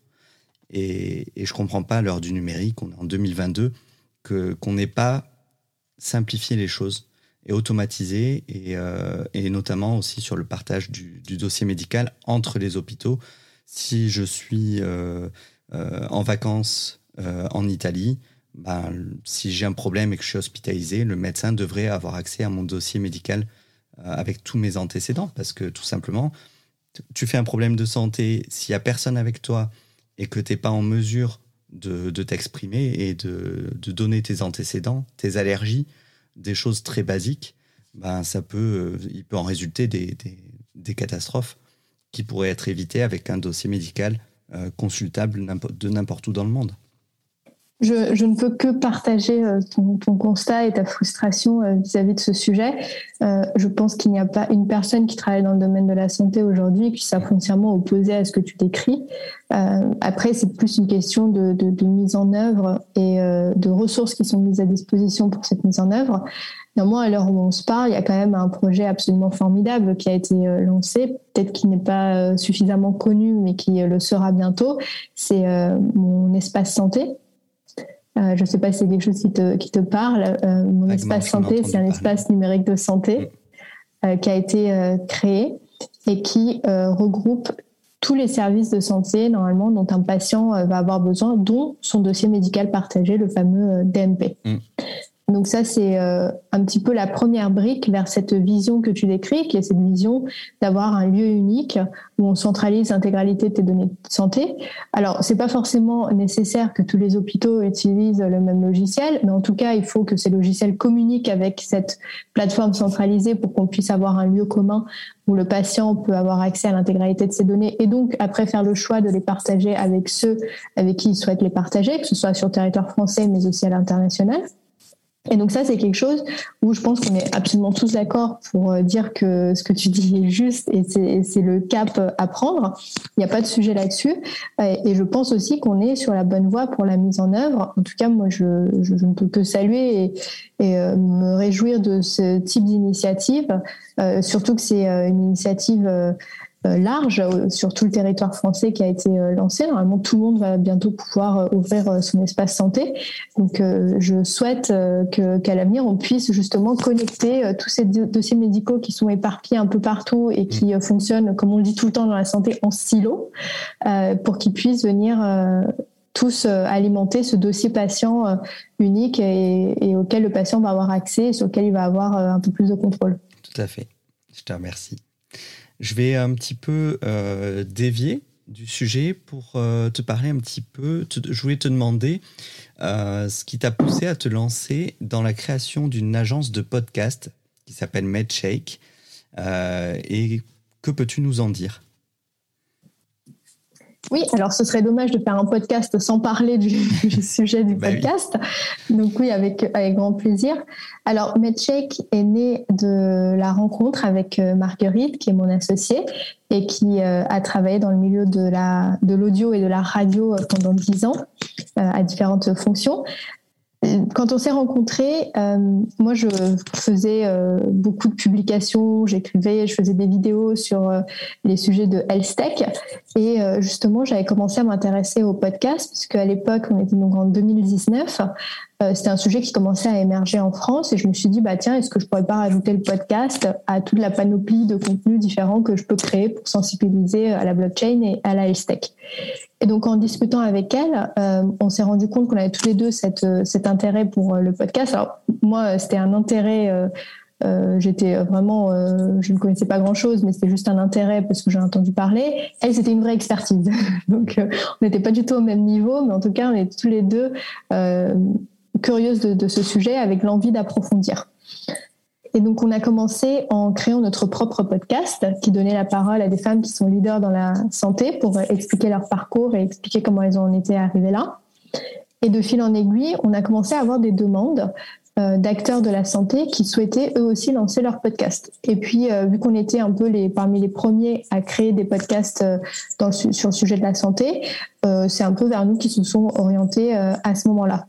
Et, et je ne comprends pas, à l'heure du numérique, on est en deux mille vingt-deux, que, qu'on n'ait pas simplifié les choses et automatisé, et, euh, et notamment aussi sur le partage du, du dossier médical entre les hôpitaux. Si je suis euh, euh, en vacances euh, en Italie, ben, si j'ai un problème et que je suis hospitalisé, le médecin devrait avoir accès à mon dossier médical avec tous mes antécédents, parce que tout simplement, tu fais un problème de santé, s'il n'y a personne avec toi et que tu n'es pas en mesure de, de t'exprimer et de, de donner tes antécédents, tes allergies, des choses très basiques, ben ça peut, il peut en résulter des, des, des catastrophes qui pourraient être évitées avec un dossier médical euh, consultable de n'importe où dans le monde. Je, je ne peux que partager euh, ton, ton constat et ta frustration euh, vis-à-vis de ce sujet. Euh, je pense qu'il n'y a pas une personne qui travaille dans le domaine de la santé aujourd'hui qui soit foncièrement opposée à ce que tu décris. Euh, après, c'est plus une question de, de, de mise en œuvre et euh, de ressources qui sont mises à disposition pour cette mise en œuvre. Néanmoins, à l'heure où on se parle, il y a quand même un projet absolument formidable qui a été euh, lancé, peut-être qui n'est pas euh, suffisamment connu, mais qui euh, le sera bientôt. C'est euh, mon espace santé. Euh, je ne sais pas si c'est quelque chose qui te, qui te parle. Euh, mon Vaguement, espace santé, c'est un parler. espace numérique de santé euh, qui a été euh, créé et qui euh, regroupe tous les services de santé, normalement, dont un patient euh, va avoir besoin, dont son dossier médical partagé, le fameux euh, D M P. Mmh. Donc ça, c'est euh, un petit peu la première brique vers cette vision que tu décris, qui est cette vision d'avoir un lieu unique où on centralise l'intégralité de tes données de santé. Alors, c'est pas forcément nécessaire que tous les hôpitaux utilisent le même logiciel, mais en tout cas, il faut que ces logiciels communiquent avec cette plateforme centralisée pour qu'on puisse avoir un lieu commun où le patient peut avoir accès à l'intégralité de ses données et donc après faire le choix de les partager avec ceux avec qui il souhaite les partager, que ce soit sur le territoire français mais aussi à l'international. Et donc ça, c'est quelque chose où je pense qu'on est absolument tous d'accord pour dire que ce que tu dis est juste et c'est, et c'est le cap à prendre. Il n'y a pas de sujet là-dessus. Et je pense aussi qu'on est sur la bonne voie pour la mise en œuvre. En tout cas, moi, je, je, je ne peux que saluer et, et me réjouir de ce type d'initiative, euh, surtout que c'est une initiative euh, large sur tout le territoire français qui a été lancé. Normalement, tout le monde va bientôt pouvoir ouvrir son espace santé. Donc, je souhaite que, qu'à l'avenir, on puisse justement connecter tous ces dossiers médicaux qui sont éparpillés un peu partout et qui fonctionnent, comme on le dit tout le temps dans la santé, en silo, pour qu'ils puissent venir tous alimenter ce dossier patient unique et, et auquel le patient va avoir accès et sur lequel il va avoir un peu plus de contrôle. Tout à fait. Je te remercie. Je vais un petit peu euh, dévier du sujet pour euh, te parler un petit peu. Te, je voulais te demander euh, ce qui t'a poussé à te lancer dans la création d'une agence de podcast qui s'appelle MedShake. Euh, et que peux-tu nous en dire ? Oui, alors ce serait dommage de faire un podcast sans parler du, du sujet du podcast. Bah oui. Donc oui, avec, avec grand plaisir. Alors, MedShake est né de la rencontre avec Marguerite, qui est mon associée, et qui euh, a travaillé dans le milieu de, la, de l'audio et de la radio pendant dix ans, euh, à différentes fonctions. Quand on s'est rencontrés, euh, moi je faisais euh, beaucoup de publications, j'écrivais, je faisais des vidéos sur euh, les sujets de health tech et euh, justement j'avais commencé à m'intéresser au podcast parce qu'à l'époque, on était donc en deux mille dix-neuf, euh, c'était un sujet qui commençait à émerger en France et je me suis dit bah tiens, est-ce que je pourrais pas rajouter le podcast à toute la panoplie de contenus différents que je peux créer pour sensibiliser à la blockchain et à la health tech. Et donc, en discutant avec elle, euh, on s'est rendu compte qu'on avait tous les deux cette, cet intérêt pour le podcast. Alors, moi, c'était un intérêt, euh, euh, j'étais vraiment, euh, je ne connaissais pas grand-chose, mais c'était juste un intérêt parce que j'ai entendu parler. Elle, c'était une vraie expertise. Donc, euh, on n'était pas du tout au même niveau, mais en tout cas, on est tous les deux euh, curieuses de, de ce sujet avec l'envie d'approfondir. Et donc, on a commencé en créant notre propre podcast qui donnait la parole à des femmes qui sont leaders dans la santé pour expliquer leur parcours et expliquer comment elles en étaient arrivées là. Et de fil en aiguille, on a commencé à avoir des demandes euh, d'acteurs de la santé qui souhaitaient eux aussi lancer leur podcast. Et puis, euh, vu qu'on était un peu les, parmi les premiers à créer des podcasts euh, dans le, sur le sujet de la santé, euh, c'est un peu vers nous qu'ils se sont orientés euh, à ce moment-là.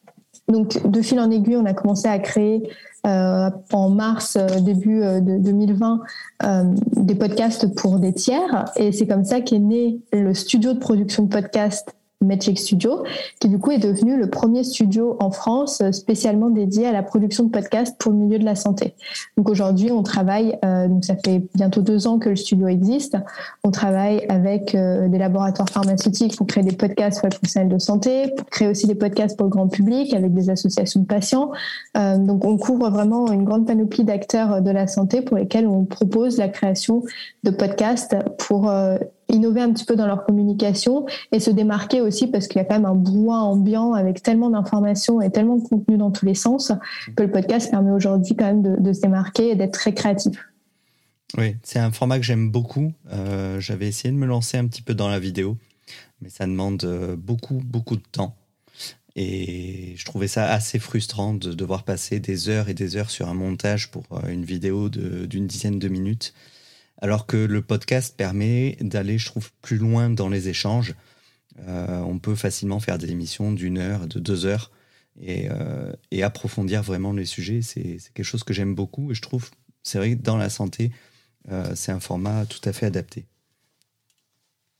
Donc, de fil en aiguille, on a commencé à créer Euh, en mars, euh, début euh, de deux mille vingt, euh, des podcasts pour des tiers. Et c'est comme ça qu'est né le studio de production de podcasts MedShake Studio, qui du coup est devenu le premier studio en France spécialement dédié à la production de podcasts pour le milieu de la santé. Donc aujourd'hui, on travaille, euh, donc ça fait bientôt deux ans que le studio existe, on travaille avec euh, des laboratoires pharmaceutiques pour créer des podcasts pour les professionnels de santé, pour créer aussi des podcasts pour le grand public avec des associations de patients. Euh, donc on couvre vraiment une grande panoplie d'acteurs de la santé pour lesquels on propose la création de podcasts pour euh, innover un petit peu dans leur communication et se démarquer aussi parce qu'il y a quand même un brouhaha ambiant avec tellement d'informations et tellement de contenu dans tous les sens que le podcast permet aujourd'hui quand même de, de se démarquer et d'être très créatif. Oui, c'est un format que j'aime beaucoup. Euh, j'avais essayé de me lancer un petit peu dans la vidéo, mais ça demande beaucoup, beaucoup de temps. Et je trouvais ça assez frustrant de devoir passer des heures et des heures sur un montage pour une vidéo de, d'une dizaine de minutes. Alors que le podcast permet d'aller, je trouve, plus loin dans les échanges. Euh, on peut facilement faire des émissions d'une heure, de deux heures et, euh, et approfondir vraiment les sujets. C'est, c'est quelque chose que j'aime beaucoup et je trouve, c'est vrai que dans la santé, euh, c'est un format tout à fait adapté.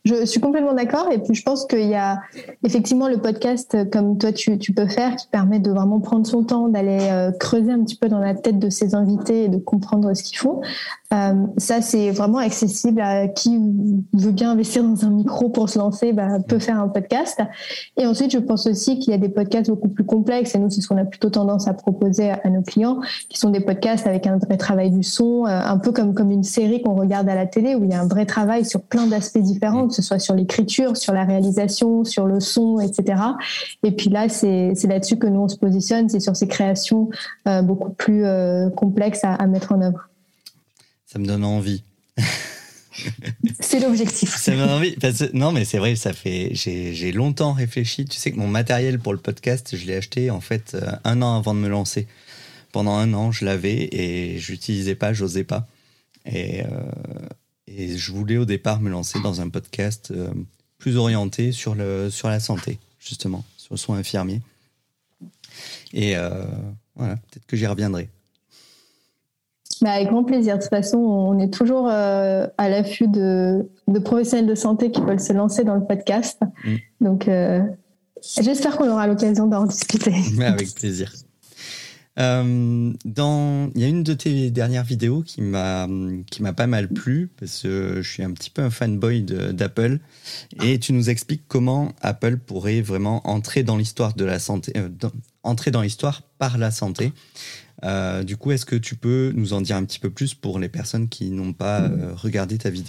Je suis complètement d'accord. Et puis, je pense qu'il y a effectivement le podcast, comme toi, tu, tu peux faire, qui permet de vraiment prendre son temps, d'aller euh, creuser un petit peu dans la tête de ses invités et de comprendre ce qu'ils font. Euh, ça, c'est vraiment accessible à qui veut bien investir dans un micro pour se lancer, bah, peut faire un podcast. Et ensuite, je pense aussi qu'il y a des podcasts beaucoup plus complexes. Et nous, c'est ce qu'on a plutôt tendance à proposer à, à nos clients, qui sont des podcasts avec un vrai travail du son, euh, un peu comme, comme une série qu'on regarde à la télé, où il y a un vrai travail sur plein d'aspects différents, que ce soit sur l'écriture, sur la réalisation, sur le son, et cetera. Et puis là, c'est, c'est là-dessus que nous, on se positionne, c'est sur ces créations euh, beaucoup plus euh, complexes à, à mettre en œuvre. Ça me donne envie. C'est l'objectif. Ça me donne envie. Parce que, non, mais c'est vrai, ça fait. J'ai, j'ai longtemps réfléchi. Tu sais que mon matériel pour le podcast, je l'ai acheté en fait un an avant de me lancer. Pendant un an, je l'avais et je l'utilisais pas, j'osais pas. Et, euh, et je voulais au départ me lancer dans un podcast euh, plus orienté sur le sur la santé, justement, sur le soin infirmier. Et euh, voilà, peut-être que j'y reviendrai. Bah, avec grand plaisir. De toute façon, on est toujours euh, à l'affût de, de professionnels de santé qui veulent se lancer dans le podcast. Mmh. Donc, euh, j'espère qu'on aura l'occasion d'en discuter. Avec plaisir. Euh, dans, il y a une de tes dernières vidéos qui m'a, qui m'a pas mal plu parce que je suis un petit peu un fanboy de, d'Apple et tu nous expliques comment Apple pourrait vraiment entrer dans l'histoire de la santé, euh, dans, entrer dans l'histoire par la santé. Euh, du coup, est-ce que tu peux nous en dire un petit peu plus pour les personnes qui n'ont pas euh, regardé ta vidéo ?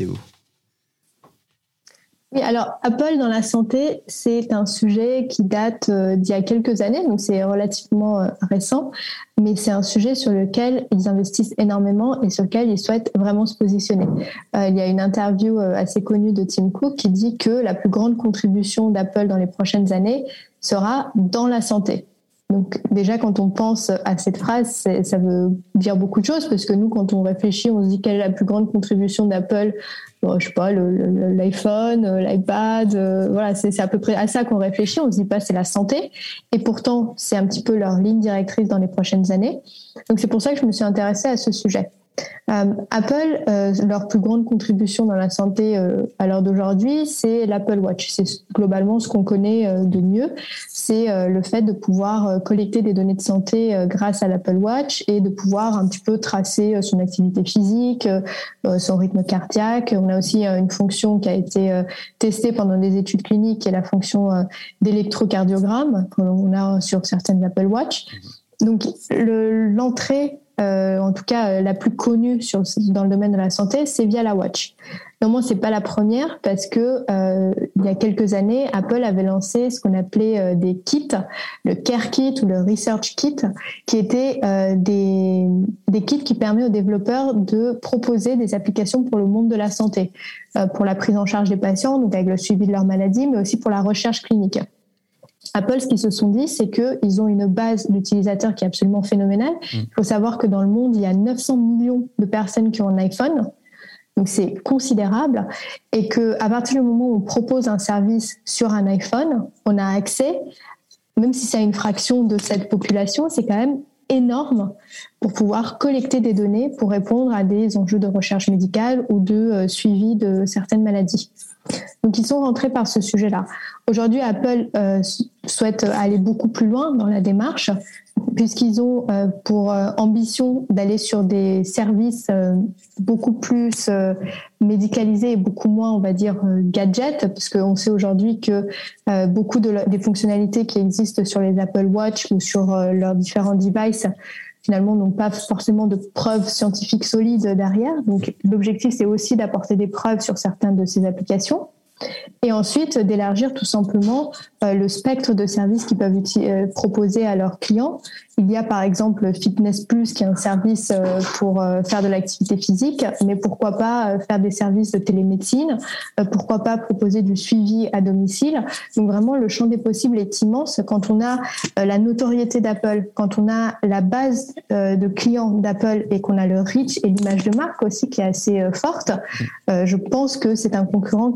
Oui, alors Apple dans la santé, c'est un sujet qui date euh, d'il y a quelques années, donc c'est relativement euh, récent, mais c'est un sujet sur lequel ils investissent énormément et sur lequel ils souhaitent vraiment se positionner. Euh, il y a une interview euh, assez connue de Tim Cook qui dit que la plus grande contribution d'Apple dans les prochaines années sera dans la santé. Donc déjà, quand on pense à cette phrase, c'est, ça veut dire beaucoup de choses parce que nous, quand on réfléchit, on se dit quelle est la plus grande contribution d'Apple. Bon, je sais pas, le, le, l'iPhone, l'iPad, euh, voilà, c'est, c'est à peu près à ça qu'on réfléchit. On se dit pas c'est la santé. Et pourtant, c'est un petit peu leur ligne directrice dans les prochaines années. Donc c'est pour ça que je me suis intéressée à ce sujet. Euh, Apple, euh, leur plus grande contribution dans la santé euh, à l'heure d'aujourd'hui, c'est l'Apple Watch. C'est globalement ce qu'on connaît euh, de mieux. C'est euh, le fait de pouvoir euh, collecter des données de santé euh, grâce à l'Apple Watch et de pouvoir un petit peu tracer euh, son activité physique, euh, son rythme cardiaque. On a aussi euh, une fonction qui a été euh, testée pendant des études cliniques, qui est la fonction euh, d'électrocardiogramme qu'on a sur certaines Apple Watch. Donc le, l'entrée Euh, en tout cas euh, la plus connue sur, dans le domaine de la santé, c'est via la Watch. Néanmoins, c'est pas la première parce que euh, il y a quelques années, Apple avait lancé ce qu'on appelait euh, des kits, le Care Kit ou le Research Kit, qui étaient euh, des, des kits qui permettent aux développeurs de proposer des applications pour le monde de la santé, euh, pour la prise en charge des patients, donc avec le suivi de leur maladie, mais aussi pour la recherche clinique. Apple, ce qu'ils se sont dit, c'est qu'ils ont une base d'utilisateurs qui est absolument phénoménale. Il mmh. faut savoir que dans le monde, il y a neuf cents millions de personnes qui ont un iPhone. Donc, c'est considérable. Et qu'à partir du moment où on propose un service sur un iPhone, on a accès, même si c'est une fraction de cette population, c'est quand même énorme pour pouvoir collecter des données pour répondre à des enjeux de recherche médicale ou de euh, suivi de certaines maladies. Donc, ils sont rentrés par ce sujet-là. Aujourd'hui, Apple euh, souhaite aller beaucoup plus loin dans la démarche, puisqu'ils ont euh, pour euh, ambition d'aller sur des services euh, beaucoup plus euh, médicalisés et beaucoup moins, on va dire, euh, gadgets, parce qu'on sait aujourd'hui que euh, beaucoup de, des fonctionnalités qui existent sur les Apple Watch ou sur euh, leurs différents devices finalement n'ont pas forcément de preuves scientifiques solides derrière. Donc l'objectif, c'est aussi d'apporter des preuves sur certaines de ces applications. Et ensuite, d'élargir tout simplement euh, le spectre de services qu'ils peuvent uti- euh, proposer à leurs clients. Il y a par exemple Fitness Plus, qui est un service euh, pour euh, faire de l'activité physique, mais pourquoi pas euh, faire des services de télémédecine, euh, pourquoi pas proposer du suivi à domicile. Donc vraiment, le champ des possibles est immense quand on a euh, la notoriété d'Apple, quand on a la base euh, de clients d'Apple et qu'on a le reach et l'image de marque aussi qui est assez euh, forte. Euh, je pense que c'est un concurrent qui est absolument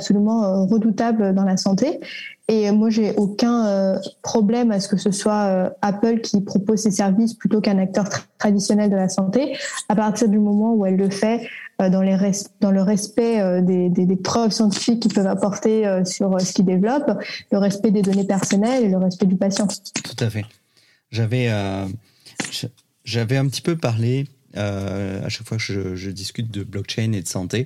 absolument redoutable dans la santé. Et moi, j'ai aucun euh, problème à ce que ce soit euh, Apple qui propose ses services plutôt qu'un acteur tra- traditionnel de la santé, à partir du moment où elle le fait euh, dans, les res- dans le respect euh, des, des, des preuves scientifiques qu'ils peuvent apporter euh, sur euh, ce qu'ils développent, le respect des données personnelles et le respect du patient. Tout à fait. J'avais, euh, j'avais un petit peu parlé, euh, à chaque fois que je, je discute de blockchain et de santé,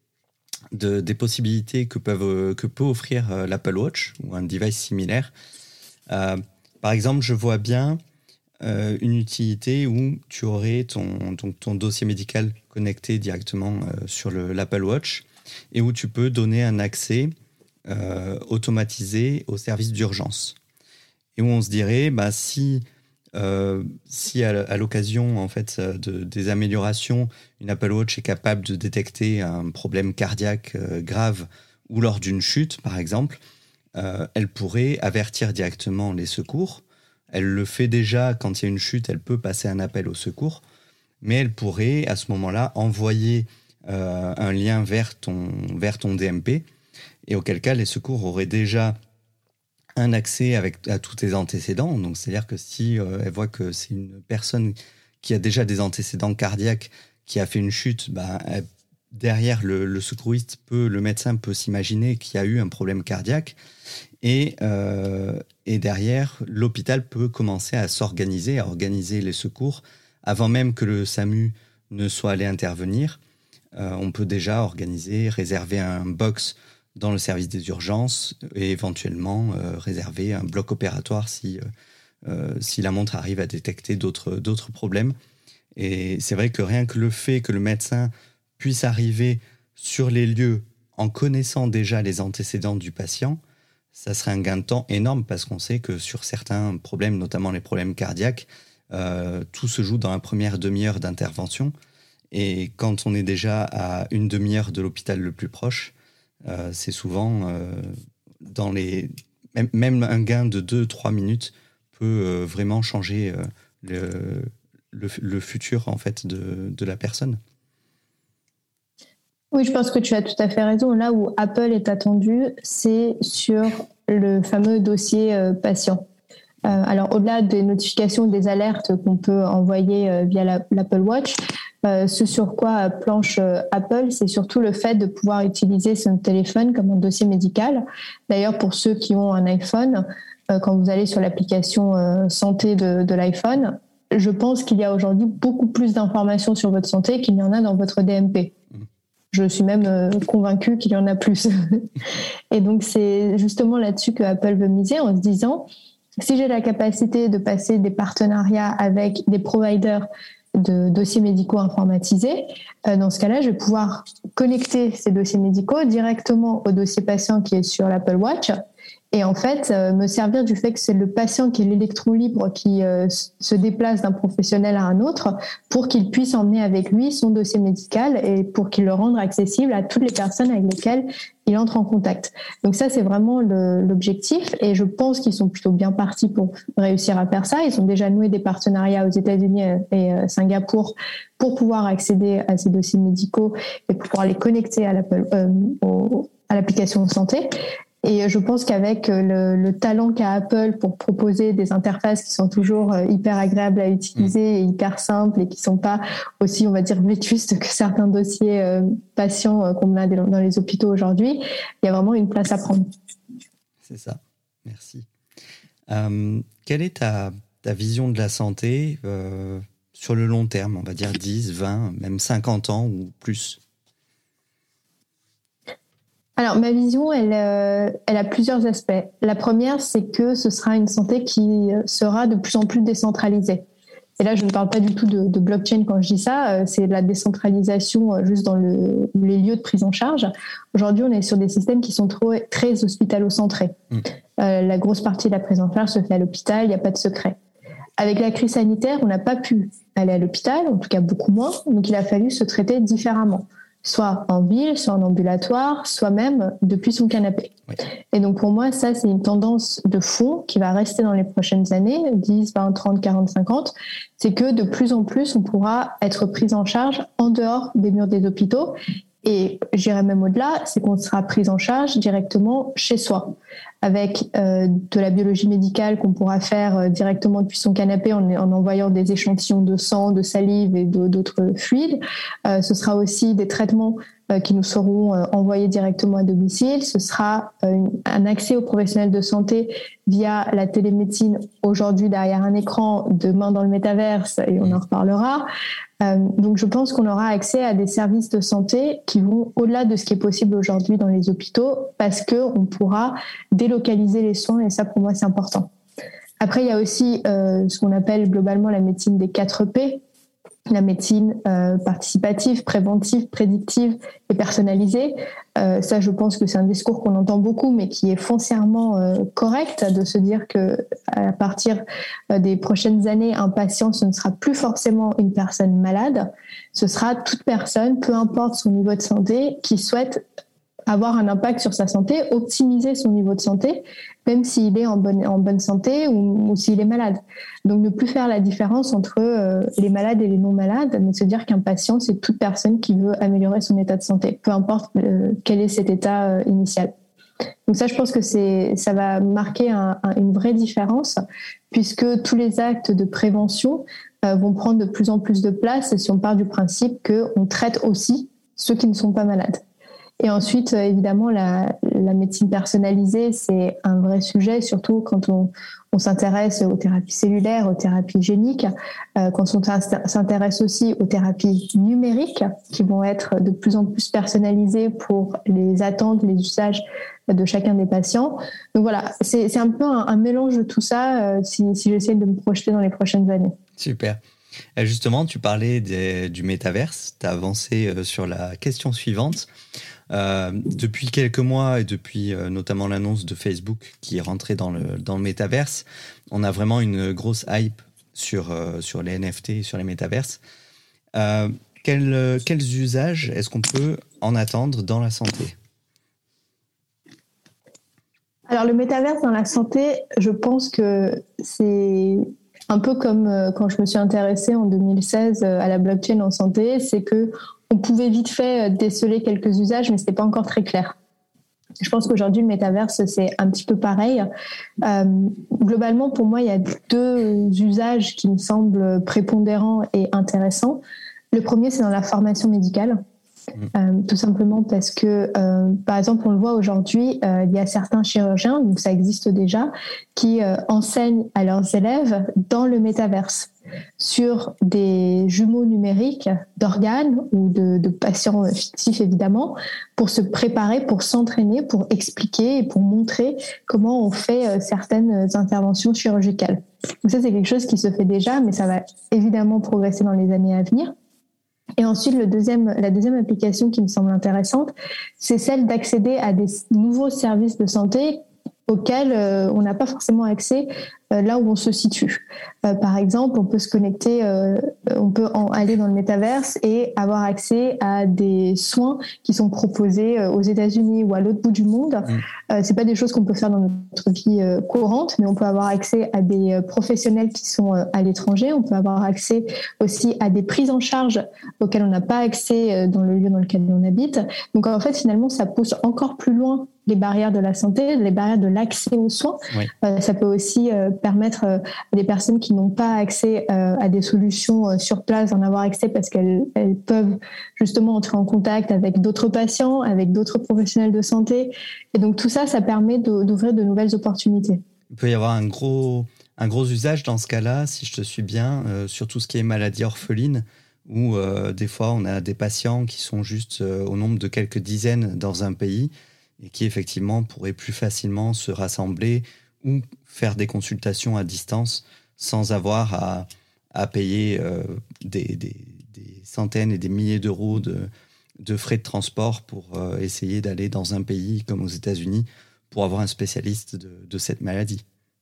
De, des possibilités que, peuvent, que peut offrir euh, l'Apple Watch ou un device similaire. Euh, par exemple, je vois bien euh, une utilité où tu aurais ton, donc ton dossier médical connecté directement euh, sur le, l'Apple Watch et où tu peux donner un accès euh, automatisé au service d'urgence. Et où on se dirait, bah, si, euh, si à, à l'occasion en fait, de, des améliorations, une Apple Watch est capable de détecter un problème cardiaque euh, grave ou lors d'une chute, par exemple, euh, elle pourrait avertir directement les secours. Elle le fait déjà quand il y a une chute, elle peut passer un appel au secours, mais elle pourrait à ce moment-là envoyer euh, un lien vers ton, vers ton D M P, et auquel cas les secours auraient déjà un accès avec, à tous tes antécédents. Donc, c'est-à-dire que si euh, elle voit que c'est une personne qui a déjà des antécédents cardiaques, qui a fait une chute, bah, elle, derrière le, le secouriste, peut, le médecin peut s'imaginer qu'il y a eu un problème cardiaque. Et, euh, et derrière, l'hôpital peut commencer à s'organiser, à organiser les secours. Avant même que le SAMU ne soit allé intervenir, euh, on peut déjà organiser, réserver un box dans le service des urgences et éventuellement euh, réserver un bloc opératoire si, euh, si la montre arrive à détecter d'autres, d'autres problèmes. Et c'est vrai que rien que le fait que le médecin puisse arriver sur les lieux en connaissant déjà les antécédents du patient, ça serait un gain de temps énorme parce qu'on sait que sur certains problèmes, notamment les problèmes cardiaques, euh, tout se joue dans la première demi-heure d'intervention. Et quand on est déjà à une demi-heure de l'hôpital le plus proche, Euh, c'est souvent euh, dans les même, même un gain de deux trois minutes peut euh, vraiment changer euh, le, le, le futur en fait de, de la personne. Oui, je pense que tu as tout à fait raison. Là où Apple est attendu, c'est sur le fameux dossier euh, patient. Euh, alors, au-delà des notifications, des alertes qu'on peut envoyer euh, via la, l'Apple Watch, euh, ce sur quoi planche euh, Apple, c'est surtout le fait de pouvoir utiliser son téléphone comme un dossier médical. D'ailleurs, pour ceux qui ont un iPhone, euh, quand vous allez sur l'application euh, santé de, de l'iPhone, je pense qu'il y a aujourd'hui beaucoup plus d'informations sur votre santé qu'il y en a dans votre D M P. Je suis même euh, convaincue qu'il y en a plus. Et donc, c'est justement là-dessus que Apple veut miser en se disant... Si j'ai la capacité de passer des partenariats avec des providers de dossiers médicaux informatisés, euh, dans ce cas-là, je vais pouvoir connecter ces dossiers médicaux directement au dossier patient qui est sur l'Apple Watch et en fait euh, me servir du fait que c'est le patient qui est l'électron libre qui euh, se déplace d'un professionnel à un autre pour qu'il puisse emmener avec lui son dossier médical et pour qu'il le rende accessible à toutes les personnes avec lesquelles il entre en contact. Donc ça, c'est vraiment le, l'objectif et je pense qu'ils sont plutôt bien partis pour réussir à faire ça. Ils ont déjà noué des partenariats aux États-Unis et à Singapour pour pouvoir accéder à ces dossiers médicaux et pour pouvoir les connecter à, l'Apple, euh, au, à l'application de santé. Et je pense qu'avec le, le talent qu'a Apple pour proposer des interfaces qui sont toujours hyper agréables à utiliser et hyper simples et qui ne sont pas aussi, on va dire, vétustes que certains dossiers euh, patients euh, qu'on a dans les hôpitaux aujourd'hui, il y a vraiment une place à prendre. C'est ça. Merci. Euh, quelle est ta, ta vision de la santé euh, sur le long terme, on va dire dix, vingt, même cinquante ans ou plus ? Alors, ma vision, elle, euh, elle a plusieurs aspects. La première, c'est que ce sera une santé qui sera de plus en plus décentralisée. Et là, je ne parle pas du tout de, de blockchain quand je dis ça, c'est de la décentralisation juste dans le, les lieux de prise en charge. Aujourd'hui, on est sur des systèmes qui sont trop, très hospitalo-centrés. Mmh. Euh, la grosse partie de la prise en charge se fait à l'hôpital, il n'y a pas de secret. Avec la crise sanitaire, on n'a pas pu aller à l'hôpital, en tout cas beaucoup moins, donc il a fallu se traiter différemment. Soit en ville, soit en ambulatoire, soit même depuis son canapé. Oui. Et donc pour moi, ça, c'est une tendance de fond qui va rester dans les prochaines années, dix, vingt, trente, quarante, cinquante. C'est que de plus en plus, on pourra être pris en charge en dehors des murs des hôpitaux Et j'irai même au-delà, c'est qu'on sera pris en charge directement chez soi, avec euh, de la biologie médicale qu'on pourra faire euh, directement depuis son canapé en, en envoyant des échantillons de sang, de salive et de, d'autres fluides. Euh, ce sera aussi des traitements euh, qui nous seront euh, envoyés directement à domicile. Ce sera euh, un accès aux professionnels de santé via la télémédecine, aujourd'hui derrière un écran, demain dans le métaverse, et on en reparlera. Euh, donc je pense qu'on aura accès à des services de santé qui vont au-delà de ce qui est possible aujourd'hui dans les hôpitaux, parce qu'on pourra délocaliser les soins, et ça pour moi c'est important. Après il y a aussi euh, ce qu'on appelle globalement la médecine des quatre P, la médecine euh, participative, préventive, prédictive et personnalisée. Euh, ça, je pense que c'est un discours qu'on entend beaucoup, mais qui est foncièrement euh, correct, de se dire que à partir euh, des prochaines années, un patient, ce ne sera plus forcément une personne malade, ce sera toute personne, peu importe son niveau de santé, qui souhaite avoir un impact sur sa santé, optimiser son niveau de santé, même s'il est en bonne, en bonne santé ou, ou s'il est malade. Donc, ne plus faire la différence entre euh, les malades et les non-malades, mais se dire qu'un patient, c'est toute personne qui veut améliorer son état de santé, peu importe euh, quel est cet état euh, initial. Donc ça, je pense que c'est, ça va marquer un, un, une vraie différence, puisque tous les actes de prévention euh, vont prendre de plus en plus de place, si on part du principe qu'on traite aussi ceux qui ne sont pas malades. Et ensuite, évidemment, la, la médecine personnalisée, c'est un vrai sujet, surtout quand on, on s'intéresse aux thérapies cellulaires, aux thérapies géniques, euh, quand on s'intéresse aussi aux thérapies numériques, qui vont être de plus en plus personnalisées pour les attentes, les usages de chacun des patients. Donc voilà, c'est, c'est un peu un, un mélange de tout ça, euh, si, si j'essaie de me projeter dans les prochaines années. Super. Justement, tu parlais des, du métaverse, tu as avancé euh, sur la question suivante. Euh, depuis quelques mois et depuis euh, notamment l'annonce de Facebook qui est rentré dans le, dans le métaverse, on a vraiment une grosse hype sur, euh, sur les N F T, sur les métaverses. Euh, quels, quels usages est-ce qu'on peut en attendre dans la santé ? Alors le métaverse dans la santé, je pense que c'est un peu comme euh, quand je me suis intéressée en deux mille seize euh, à la blockchain en santé, c'est que on pouvait vite fait déceler quelques usages, mais c'était pas encore très clair. Je pense qu'aujourd'hui, le métaverse, c'est un petit peu pareil. Euh, globalement, pour moi, il y a deux usages qui me semblent prépondérants et intéressants. Le premier, c'est dans la formation médicale. Euh, tout simplement parce que, euh, par exemple, on le voit aujourd'hui, euh, il y a certains chirurgiens, donc ça existe déjà, qui euh, enseignent à leurs élèves dans le métaverse sur des jumeaux numériques d'organes ou de, de patients fictifs, évidemment, pour se préparer, pour s'entraîner, pour expliquer et pour montrer comment on fait euh, certaines interventions chirurgicales. Donc ça, c'est quelque chose qui se fait déjà, mais ça va évidemment progresser dans les années à venir. Et ensuite, le deuxième, la deuxième application qui me semble intéressante, c'est celle d'accéder à des nouveaux services de santé auxquels euh, on n'a pas forcément accès euh, là où on se situe. Euh, par exemple, on peut se connecter, euh, on peut en aller dans le métaverse et avoir accès à des soins qui sont proposés euh, aux États-Unis ou à l'autre bout du monde. Mmh. Euh, c'est pas des choses qu'on peut faire dans notre vie euh, courante, mais on peut avoir accès à des euh, professionnels qui sont euh, à l'étranger. On peut avoir accès aussi à des prises en charge auxquelles on n'a pas accès euh, dans le lieu dans lequel on habite. Donc en fait, finalement, ça pousse encore plus loin les barrières de la santé, les barrières de l'accès aux soins. Oui. Euh, ça peut aussi euh, permettre euh, à des personnes qui n'ont pas accès euh, à des solutions euh, sur place d'en avoir accès parce qu'elles elles peuvent justement entrer en contact avec d'autres patients, avec d'autres professionnels de santé. Et donc tout ça, ça permet de, d'ouvrir de nouvelles opportunités. Il peut y avoir un gros, un gros usage dans ce cas-là, si je te suis bien, euh, sur tout ce qui est maladie orpheline, où euh, des fois on a des patients qui sont juste euh, au nombre de quelques dizaines dans un pays, et qui effectivement pourraient plus facilement se rassembler ou faire des consultations à distance sans avoir à, à payer euh, des, des, des centaines et des milliers d'euros de, de frais de transport pour euh, essayer d'aller dans un pays comme aux États-Unis pour avoir un spécialiste de, de cette maladie.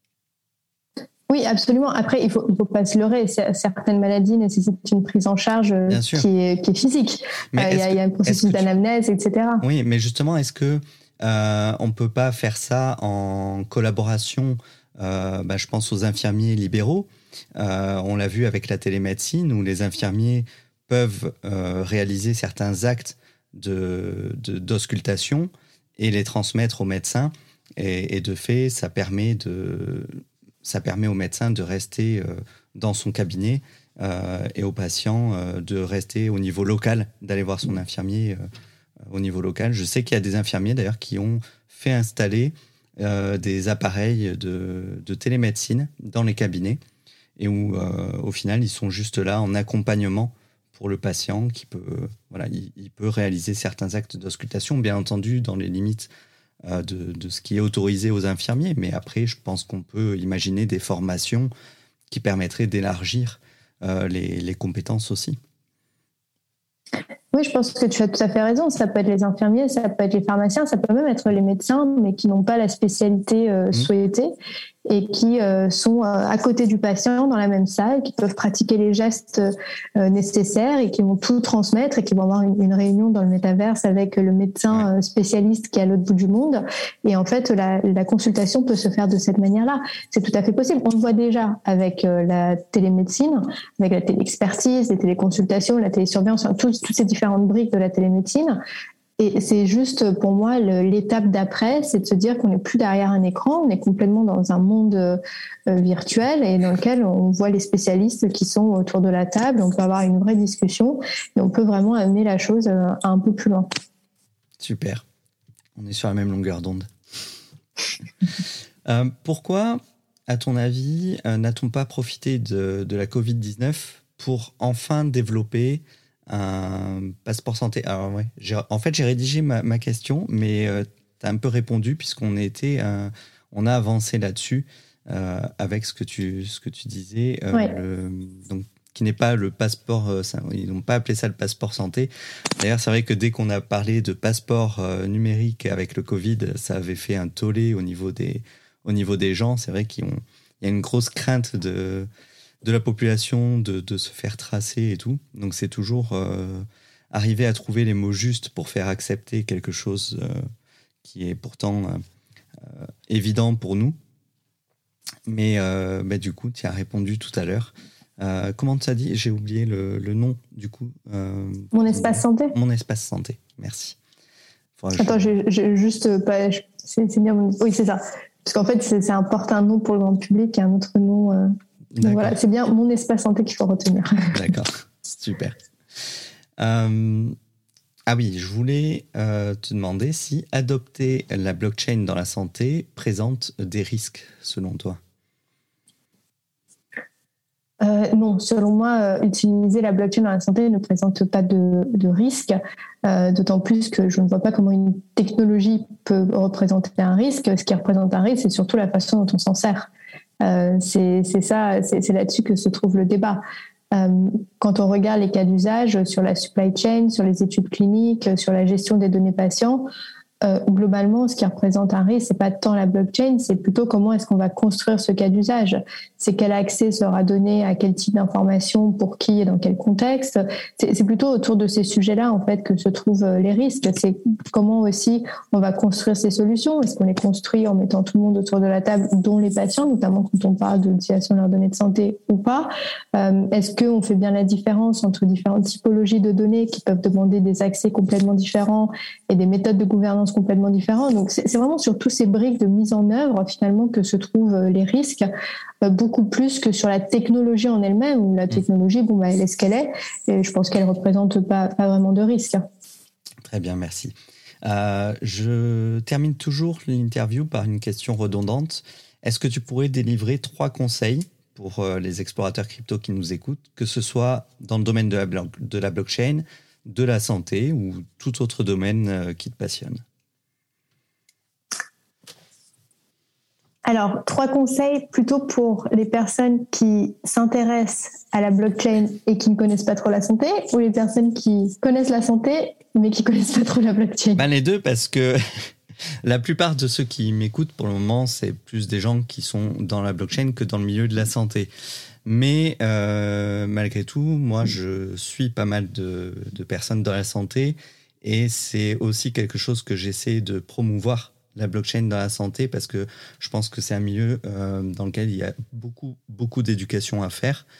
Oui, absolument. Après, il ne faut, il faut pas se leurrer. Certaines maladies nécessitent une prise en charge qui est, qui est physique. Il euh, y, y a un processus d'anamnèse, tu... et cetera. Oui, mais justement, est-ce que Euh, on ne peut pas faire ça en collaboration, euh, bah, je pense aux infirmiers libéraux. Euh, on l'a vu avec la télémédecine où les infirmiers peuvent euh, réaliser certains actes de, de, d'auscultation et les transmettre au médecin. Et, et de fait, ça permet, de, ça permet au médecin de rester euh, dans son cabinet euh, et au patient euh, de rester au niveau local, d'aller voir son infirmier euh, au niveau local. Je sais qu'il y a des infirmiers d'ailleurs qui ont fait installer euh, des appareils de, de télémédecine dans les cabinets et où euh, au final ils sont juste là en accompagnement pour le patient qui peut, euh, voilà, il, il peut réaliser certains actes d'auscultation, bien entendu dans les limites euh, de, de ce qui est autorisé aux infirmiers, mais après je pense qu'on peut imaginer des formations qui permettraient d'élargir euh, les, les compétences aussi. Oui, je pense que tu as tout à fait raison. Ça peut être les infirmiers, ça peut être les pharmaciens, ça peut même être les médecins, mais qui n'ont pas la spécialité euh, mmh. souhaitée et qui euh, sont euh, à côté du patient dans la même salle, qui peuvent pratiquer les gestes euh, nécessaires et qui vont tout transmettre et qui vont avoir une, une réunion dans le métaverse avec le médecin euh, spécialiste qui est à l'autre bout du monde. Et en fait, la, la consultation peut se faire de cette manière-là. C'est tout à fait possible. On le voit déjà avec euh, la télémédecine, avec la téléexpertise, les téléconsultations, la télésurveillance, enfin, toutes, toutes ces différentes briques de la télémédecine. Et c'est juste, pour moi, le, l'étape d'après, c'est de se dire qu'on n'est plus derrière un écran, on est complètement dans un monde euh, virtuel et dans lequel on voit les spécialistes qui sont autour de la table, on peut avoir une vraie discussion et on peut vraiment amener la chose euh, un peu plus loin. Super, on est sur la même longueur d'onde. euh, pourquoi, à ton avis, euh, n'a-t-on pas profité de, de la covid dix-neuf pour enfin développer un passeport santé? Alors ouais, j'ai, en fait j'ai rédigé ma, ma question, mais euh, tu as un peu répondu puisqu'on était, euh, on a avancé là-dessus euh, avec ce que tu, ce que tu disais, euh, ouais. le, donc qui n'est pas le passeport, euh, ça, ils n'ont pas appelé ça le passeport santé. D'ailleurs c'est vrai que dès qu'on a parlé de passeport euh, numérique avec le Covid, ça avait fait un tollé au niveau des, au niveau des gens. C'est vrai qu'il y a une grosse crainte de de la population, de, de se faire tracer et tout. Donc c'est toujours euh, arriver à trouver les mots justes pour faire accepter quelque chose euh, qui est pourtant euh, évident pour nous. Mais euh, bah, du coup, tu as répondu tout à l'heure. Euh, comment tu as dit ? J'ai oublié le, le nom, du coup. Euh, Mon espace santé. Mon espace santé, merci. Faudra Attends, je... j'ai juste pas... C'est, c'est bien... Oui, c'est ça. Parce qu'en fait, c'est, c'est un porte un nom pour le grand public et un autre nom... Euh... Donc voilà, c'est bien mon espace santé qu'il faut retenir. D'accord, super. Euh, ah oui, je voulais euh, te demander si adopter la blockchain dans la santé présente des risques, selon toi. Euh, non, selon moi, euh, utiliser la blockchain dans la santé ne présente pas de, de risque, euh, d'autant plus que je ne vois pas comment une technologie peut représenter un risque. Ce qui représente un risque, c'est surtout la façon dont on s'en sert. Euh, c'est, c'est ça, c'est, c'est là-dessus que se trouve le débat. Euh, quand on regarde les cas d'usage sur la supply chain, sur les études cliniques, sur la gestion des données patients, euh, globalement, ce qui représente un risque, c'est pas tant la blockchain, c'est plutôt comment est-ce qu'on va construire ce cas d'usage. C'est quel accès sera donné à quel type d'information, pour qui et dans quel contexte. C'est, c'est plutôt autour de ces sujets-là, en fait, que se trouvent les risques. C'est comment aussi on va construire ces solutions. Est-ce qu'on les construit en mettant tout le monde autour de la table, dont les patients, notamment quand on parle de l'utilisation de leurs données de santé ou pas. Euh, est-ce qu'on fait bien la différence entre différentes typologies de données qui peuvent demander des accès complètement différents et des méthodes de gouvernance complètement différentes. Donc c'est, c'est vraiment sur tous ces briques de mise en œuvre finalement que se trouvent les risques, euh, beaucoup plus que sur la technologie en elle-même, où la technologie, bon, bah, elle est ce qu'elle est, et je pense qu'elle ne représente pas, pas vraiment de risque. Très bien, merci. Euh, je termine toujours l'interview par une question redondante. Est-ce que tu pourrais délivrer trois conseils pour euh, les explorateurs crypto qui nous écoutent, que ce soit dans le domaine de la, blo- de la blockchain, de la santé ou tout autre domaine euh, qui te passionne? Alors, trois conseils plutôt pour les personnes qui s'intéressent à la blockchain et qui ne connaissent pas trop la santé, ou les personnes qui connaissent la santé mais qui ne connaissent pas trop la blockchain? Ben les deux, parce que la plupart de ceux qui m'écoutent pour le moment, c'est plus des gens qui sont dans la blockchain que dans le milieu de la santé. Mais euh, malgré tout, moi, je suis pas mal de, de personnes dans la santé et c'est aussi quelque chose que j'essaie de promouvoir, la blockchain dans la santé, parce que je pense que c'est un milieu euh, dans lequel il y a beaucoup, beaucoup d'éducation à faire.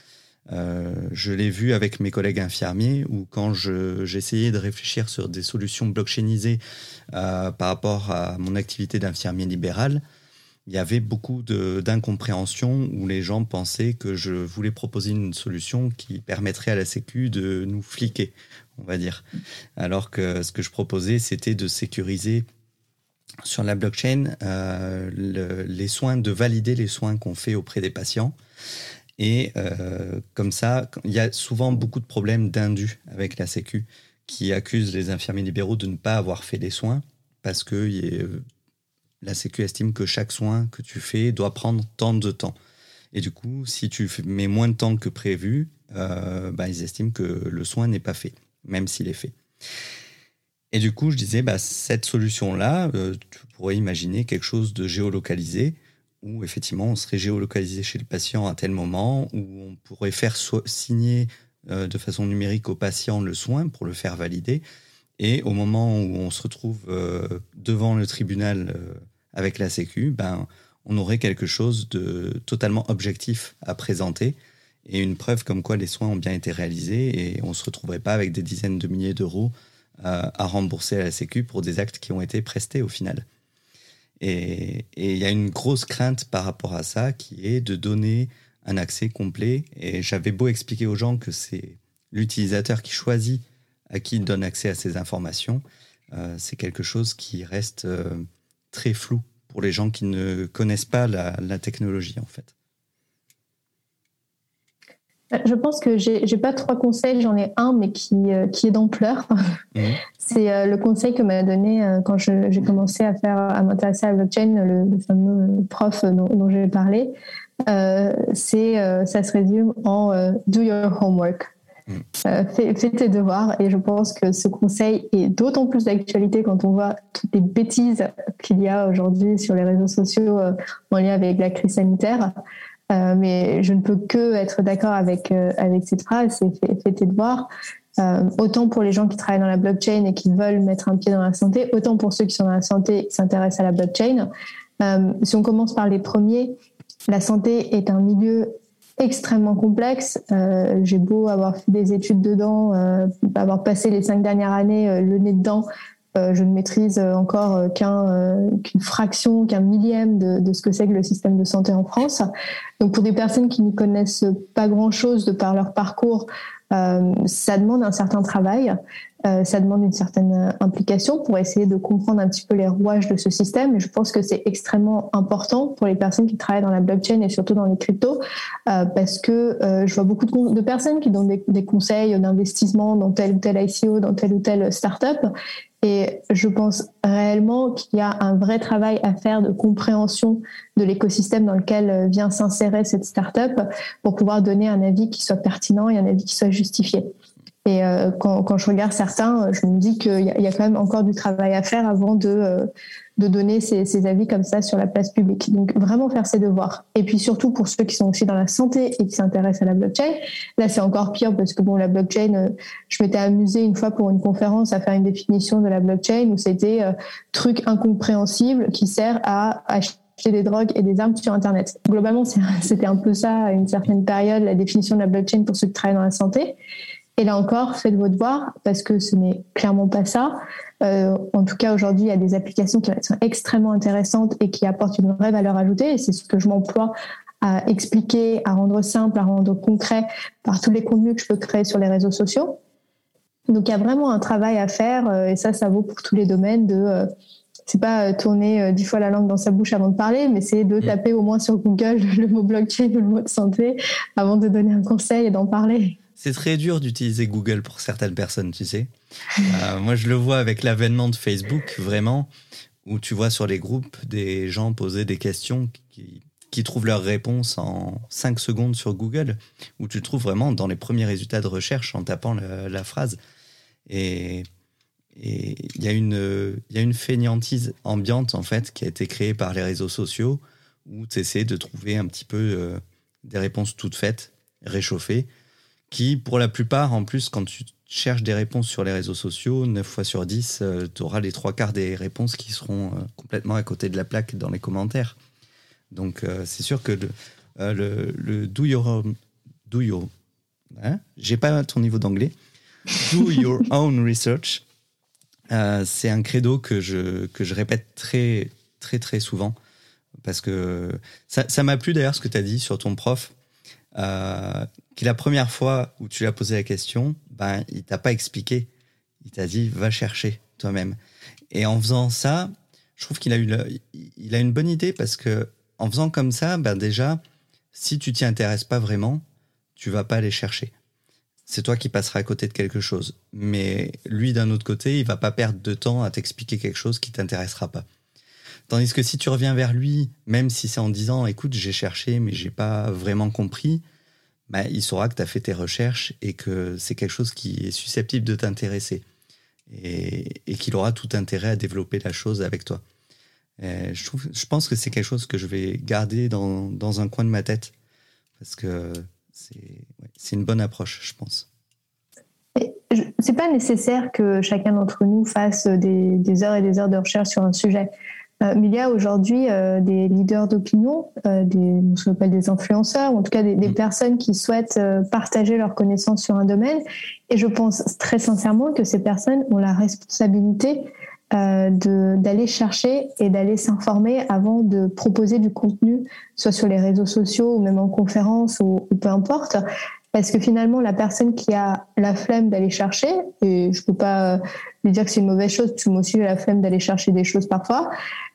Euh, je l'ai vu avec mes collègues infirmiers où quand je, j'essayais de réfléchir sur des solutions blockchainisées euh, par rapport à mon activité d'infirmier libéral, il y avait beaucoup de, d'incompréhension où les gens pensaient que je voulais proposer une solution qui permettrait à la Sécu de nous fliquer, on va dire. Alors que ce que je proposais, c'était de sécuriser sur la blockchain euh, le, les soins, de valider les soins qu'on fait auprès des patients. Et euh, comme ça, il y a souvent beaucoup de problèmes d'indus avec la Sécu qui accusent les infirmiers libéraux de ne pas avoir fait les soins parce que y est, euh, la Sécu estime que chaque soin que tu fais doit prendre tant de temps. Et du coup, si tu mets moins de temps que prévu, euh, bah, ils estiment que le soin n'est pas fait, même s'il est fait. Et du coup, je disais, bah, cette solution-là, euh, tu pourrais imaginer quelque chose de géolocalisé, où effectivement on serait géolocalisé chez le patient à tel moment, où on pourrait faire so- signer euh, de façon numérique au patient le soin pour le faire valider. Et au moment où on se retrouve euh, devant le tribunal euh, avec la Sécu, ben, on aurait quelque chose de totalement objectif à présenter et une preuve comme quoi les soins ont bien été réalisés et on ne se retrouverait pas avec des dizaines de milliers d'euros euh, à rembourser à la Sécu pour des actes qui ont été prestés au final. Et il y a une grosse crainte par rapport à ça qui est de donner un accès complet. Et j'avais beau expliquer aux gens que c'est l'utilisateur qui choisit à qui il donne accès à ces informations, euh, c'est quelque chose qui reste euh, très flou pour les gens qui ne connaissent pas la, la technologie en fait. Je pense que j'ai, j'ai pas trois conseils, j'en ai un, mais qui, euh, qui est d'ampleur. Mmh. C'est euh, le conseil que m'a donné euh, quand je, j'ai commencé à faire, à m'intéresser à la blockchain, le, le fameux prof dont, dont j'ai parlé. Euh, c'est, euh, ça se résume en euh, do your homework. Mmh. Euh, fais, fais tes devoirs. Et je pense que ce conseil est d'autant plus d'actualité quand on voit toutes les bêtises qu'il y a aujourd'hui sur les réseaux sociaux euh, en lien avec la crise sanitaire. Euh, mais je ne peux que être d'accord avec euh, avec cette phrase, c'est fais, fais tes devoirs. Euh, autant pour les gens qui travaillent dans la blockchain et qui veulent mettre un pied dans la santé, autant pour ceux qui sont dans la santé et qui s'intéressent à la blockchain. Euh, si on commence par les premiers, la santé est un milieu extrêmement complexe. Euh, j'ai beau avoir fait des études dedans, euh, avoir passé les cinq dernières années euh, le nez dedans. Euh, je ne maîtrise encore qu'un, euh, qu'une fraction, qu'un millième de, de ce que c'est que le système de santé en France. Donc, pour des personnes qui ne connaissent pas grand-chose de par leur parcours, euh, ça demande un certain travail, euh, ça demande une certaine implication pour essayer de comprendre un petit peu les rouages de ce système. Et je pense que c'est extrêmement important pour les personnes qui travaillent dans la blockchain et surtout dans les cryptos, euh, parce que euh, je vois beaucoup de, de personnes qui donnent des, des conseils d'investissement dans tel ou tel I C O, dans telle ou telle start-up. Et je pense réellement qu'il y a un vrai travail à faire de compréhension de l'écosystème dans lequel vient s'insérer cette start-up pour pouvoir donner un avis qui soit pertinent et un avis qui soit justifié. Et euh, quand, quand je regarde certains, je me dis qu'il y a, il y a quand même encore du travail à faire avant de, euh, de donner ces, ces avis comme ça sur la place publique. Donc vraiment faire ses devoirs. Et puis surtout pour ceux qui sont aussi dans la santé et qui s'intéressent à la blockchain, là c'est encore pire parce que bon, la blockchain, euh, je m'étais amusée une fois pour une conférence à faire une définition de la blockchain où c'était euh, truc incompréhensible qui sert à acheter des drogues et des armes sur Internet. Globalement, c'est, c'était un peu ça à une certaine période, la définition de la blockchain pour ceux qui travaillent dans la santé. Et là encore, faites vos devoirs parce que ce n'est clairement pas ça. Euh, en tout cas, aujourd'hui, il y a des applications qui sont extrêmement intéressantes et qui apportent une vraie valeur ajoutée. Et c'est ce que je m'emploie à expliquer, à rendre simple, à rendre concret par tous les contenus que je peux créer sur les réseaux sociaux. Donc, il y a vraiment un travail à faire. Et ça, ça vaut pour tous les domaines de... Euh, c'est pas tourner dix fois la langue dans sa bouche avant de parler, mais c'est de taper au moins sur Google le mot blockchain ou le mot de santé avant de donner un conseil et d'en parler. C'est très dur d'utiliser Google pour certaines personnes, tu sais. Euh, moi, je le vois avec l'avènement de Facebook, vraiment, où tu vois sur les groupes des gens poser des questions qui, qui trouvent leurs réponses en cinq secondes sur Google, où tu trouves vraiment dans les premiers résultats de recherche en tapant la, la phrase. Et il y a une, y a une fainéantise ambiante, en fait, qui a été créée par les réseaux sociaux, où tu essaies de trouver un petit peu euh, des réponses toutes faites, réchauffées, qui, pour la plupart, en plus, quand tu cherches des réponses sur les réseaux sociaux, neuf fois sur dix, euh, tu auras les trois quarts des réponses qui seront euh, complètement à côté de la plaque dans les commentaires. Donc, euh, c'est sûr que le, euh, le, le do, your, do your Hein, j'ai pas ton niveau d'anglais. Do your own research. Euh, c'est un credo que je, que je répète très, très, très souvent. Parce que ça, ça m'a plu d'ailleurs ce que tu as dit sur ton prof. Euh, qui la première fois où tu lui as posé la question, ben, il t'a pas expliqué. Il t'a dit, va chercher toi-même. Et en faisant ça, je trouve qu'il a eu le, il a une bonne idée parce que en faisant comme ça, ben déjà, si tu t'y intéresses pas vraiment, tu vas pas aller chercher. C'est toi qui passeras à côté de quelque chose. Mais lui, d'un autre côté, il va pas perdre de temps à t'expliquer quelque chose qui t'intéressera pas. Tandis que si tu reviens vers lui, même si c'est en disant, écoute, j'ai cherché, mais j'ai pas vraiment compris, bah, il saura que tu as fait tes recherches et que c'est quelque chose qui est susceptible de t'intéresser. Et, et qu'il aura tout intérêt à développer la chose avec toi. Et je, trouve, je pense que c'est quelque chose que je vais garder dans, dans un coin de ma tête. Parce que c'est, ouais, c'est une bonne approche, je pense. C'est pas nécessaire que chacun d'entre nous fasse des, des heures et des heures de recherche sur un sujet. Euh, mais il y a aujourd'hui euh, des leaders d'opinion, euh, des, ce qu'on appelle des influenceurs, ou en tout cas des, des mmh. personnes qui souhaitent euh, partager leurs connaissances sur un domaine. Et je pense très sincèrement que ces personnes ont la responsabilité euh, de, d'aller chercher et d'aller s'informer avant de proposer du contenu, soit sur les réseaux sociaux ou même en conférence ou, ou peu importe. Parce que finalement, la personne qui a la flemme d'aller chercher, et je peux pas lui dire que c'est une mauvaise chose, parce que moi aussi j'ai la flemme d'aller chercher des choses parfois,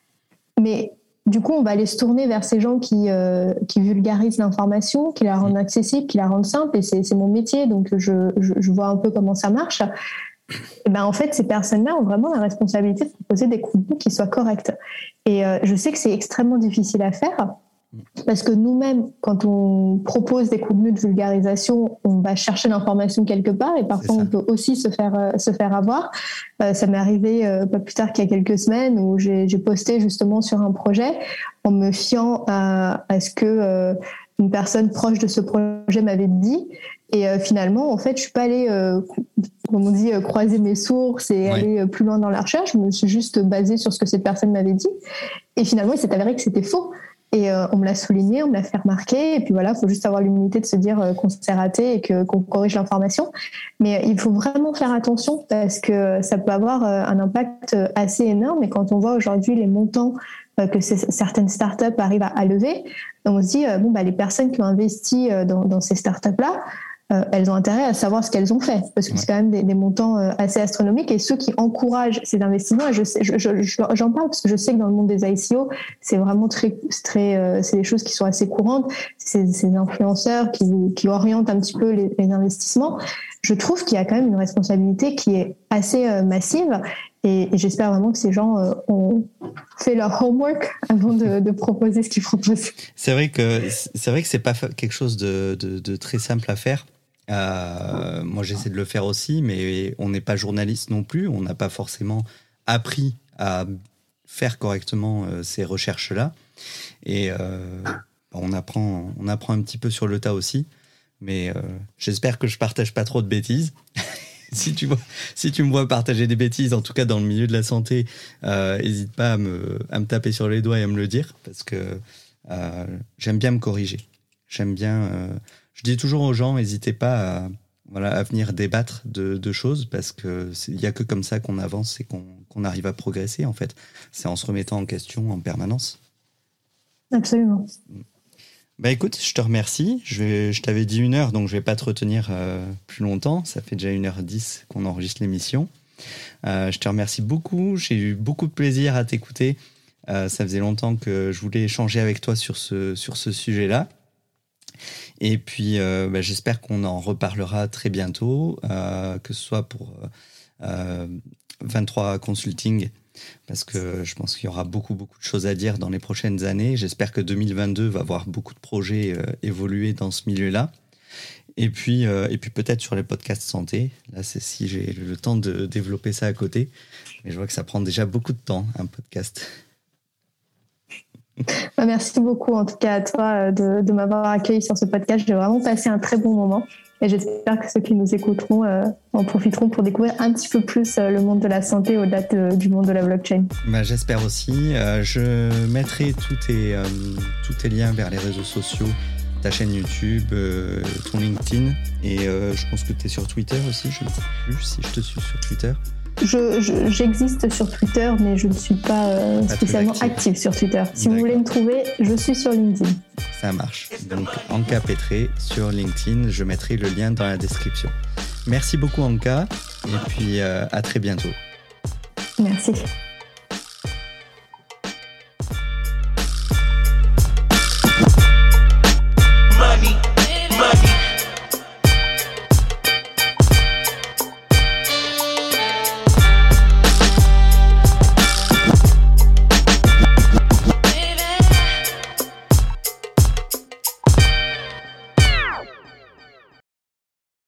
mais du coup, on va aller se tourner vers ces gens qui, euh, qui vulgarisent l'information, qui la rendent accessible, qui la rendent simple, et c'est, c'est mon métier, donc je, je, je vois un peu comment ça marche. Et ben en fait, ces personnes-là ont vraiment la responsabilité de proposer des contenus qui soient corrects. Et euh, je sais que c'est extrêmement difficile à faire, parce que nous-mêmes, quand on propose des contenus de vulgarisation, on va chercher l'information quelque part et parfois on peut aussi se faire, euh, se faire avoir. Euh, ça m'est arrivé euh, pas plus tard qu'il y a quelques semaines où j'ai, j'ai posté justement sur un projet en me fiant à, à ce que euh, une personne proche de ce projet m'avait dit. Et euh, finalement, en fait, je suis pas allée, euh, comme on dit, euh, croiser mes sources et ouais. aller euh, plus loin dans la recherche. Je me suis juste basée sur ce que cette personne m'avait dit. Et finalement, il s'est avéré que c'était faux. Et euh, on me l'a souligné, on me l'a fait remarquer, et puis voilà, il faut juste avoir l'humilité de se dire euh, qu'on s'est raté et que, qu'on corrige l'information. Mais euh, il faut vraiment faire attention parce que ça peut avoir euh, un impact assez énorme. Et quand on voit aujourd'hui les montants euh, que ces, certaines startups arrivent à, à lever, on se dit euh, bon bah les personnes qui ont investi euh, dans, dans ces startups-là, Euh, elles ont intérêt à savoir ce qu'elles ont fait, parce que ouais. c'est quand même des, des montants euh, assez astronomiques. Et ceux qui encouragent ces investissements, et je sais, je, je, je, j'en parle parce que je sais que dans le monde des I C O, c'est vraiment très, très, euh, c'est des choses qui sont assez courantes. C'est ces influenceurs qui, qui orientent un petit peu les, les investissements. Je trouve qu'il y a quand même une responsabilité qui est assez euh, massive. Et, et j'espère vraiment que ces gens euh, ont fait leur homework avant de, de proposer ce qu'ils proposent. C'est vrai que c'est vrai que c'est pas quelque chose de, de, de très simple à faire. Euh, moi, j'essaie de le faire aussi, mais on n'est pas journaliste non plus. On n'a pas forcément appris à faire correctement euh, ces recherches-là. Et euh, on apprend, on apprend un petit peu sur le tas aussi. Mais euh, j'espère que je partage pas trop de bêtises. Si tu, vois, si tu me vois partager des bêtises, en tout cas dans le milieu de la santé, euh, n'hésite pas à me, à me taper sur les doigts et à me le dire, parce que euh, j'aime bien me corriger. J'aime bien... Euh, je dis toujours aux gens, n'hésitez pas à, voilà, à venir débattre de, de choses, parce qu'il n'y a que comme ça qu'on avance et qu'on, qu'on arrive à progresser, en fait. C'est en se remettant en question en permanence. Absolument. Bah écoute, je te remercie. Je, vais, je t'avais dit une heure, donc je vais pas te retenir euh, plus longtemps. Ça fait déjà une heure dix qu'on enregistre l'émission. Euh, je te remercie beaucoup. J'ai eu beaucoup de plaisir à t'écouter. Euh, ça faisait longtemps que je voulais échanger avec toi sur ce, sur ce sujet-là. Et puis, euh, bah, j'espère qu'on en reparlera très bientôt, euh, que ce soit pour euh, vingt-trois Consulting, parce que je pense qu'il y aura beaucoup, beaucoup de choses à dire dans les prochaines années. J'espère que deux mille vingt-deux va voir beaucoup de projets euh, évoluer dans ce milieu-là. Et puis, euh, et puis peut-être sur les podcasts santé. Là, c'est si j'ai le temps de développer ça à côté. Mais je vois que ça prend déjà beaucoup de temps, un podcast. Merci beaucoup, en tout cas, à toi de, de m'avoir accueilli sur ce podcast. J'ai vraiment passé un très bon moment. Et j'espère que ceux qui nous écouteront euh, en profiteront pour découvrir un petit peu plus euh, le monde de la santé au-delà de, du monde de la blockchain. Bah, j'espère aussi. Euh, je mettrai tous tes, euh, tous tes liens vers les réseaux sociaux ta chaîne YouTube, euh, ton LinkedIn, et euh, je pense que tu es sur Twitter aussi, je ne sais plus si je te suis sur Twitter. Je, je, j'existe sur Twitter, mais je ne suis pas, euh, pas spécialement active sur Twitter. Si D'accord. vous voulez me trouver, je suis sur LinkedIn. Ça marche. Donc, Anka Petré sur LinkedIn. Je mettrai le lien dans la description. Merci beaucoup, Anka. Et puis, euh, à très bientôt. Merci.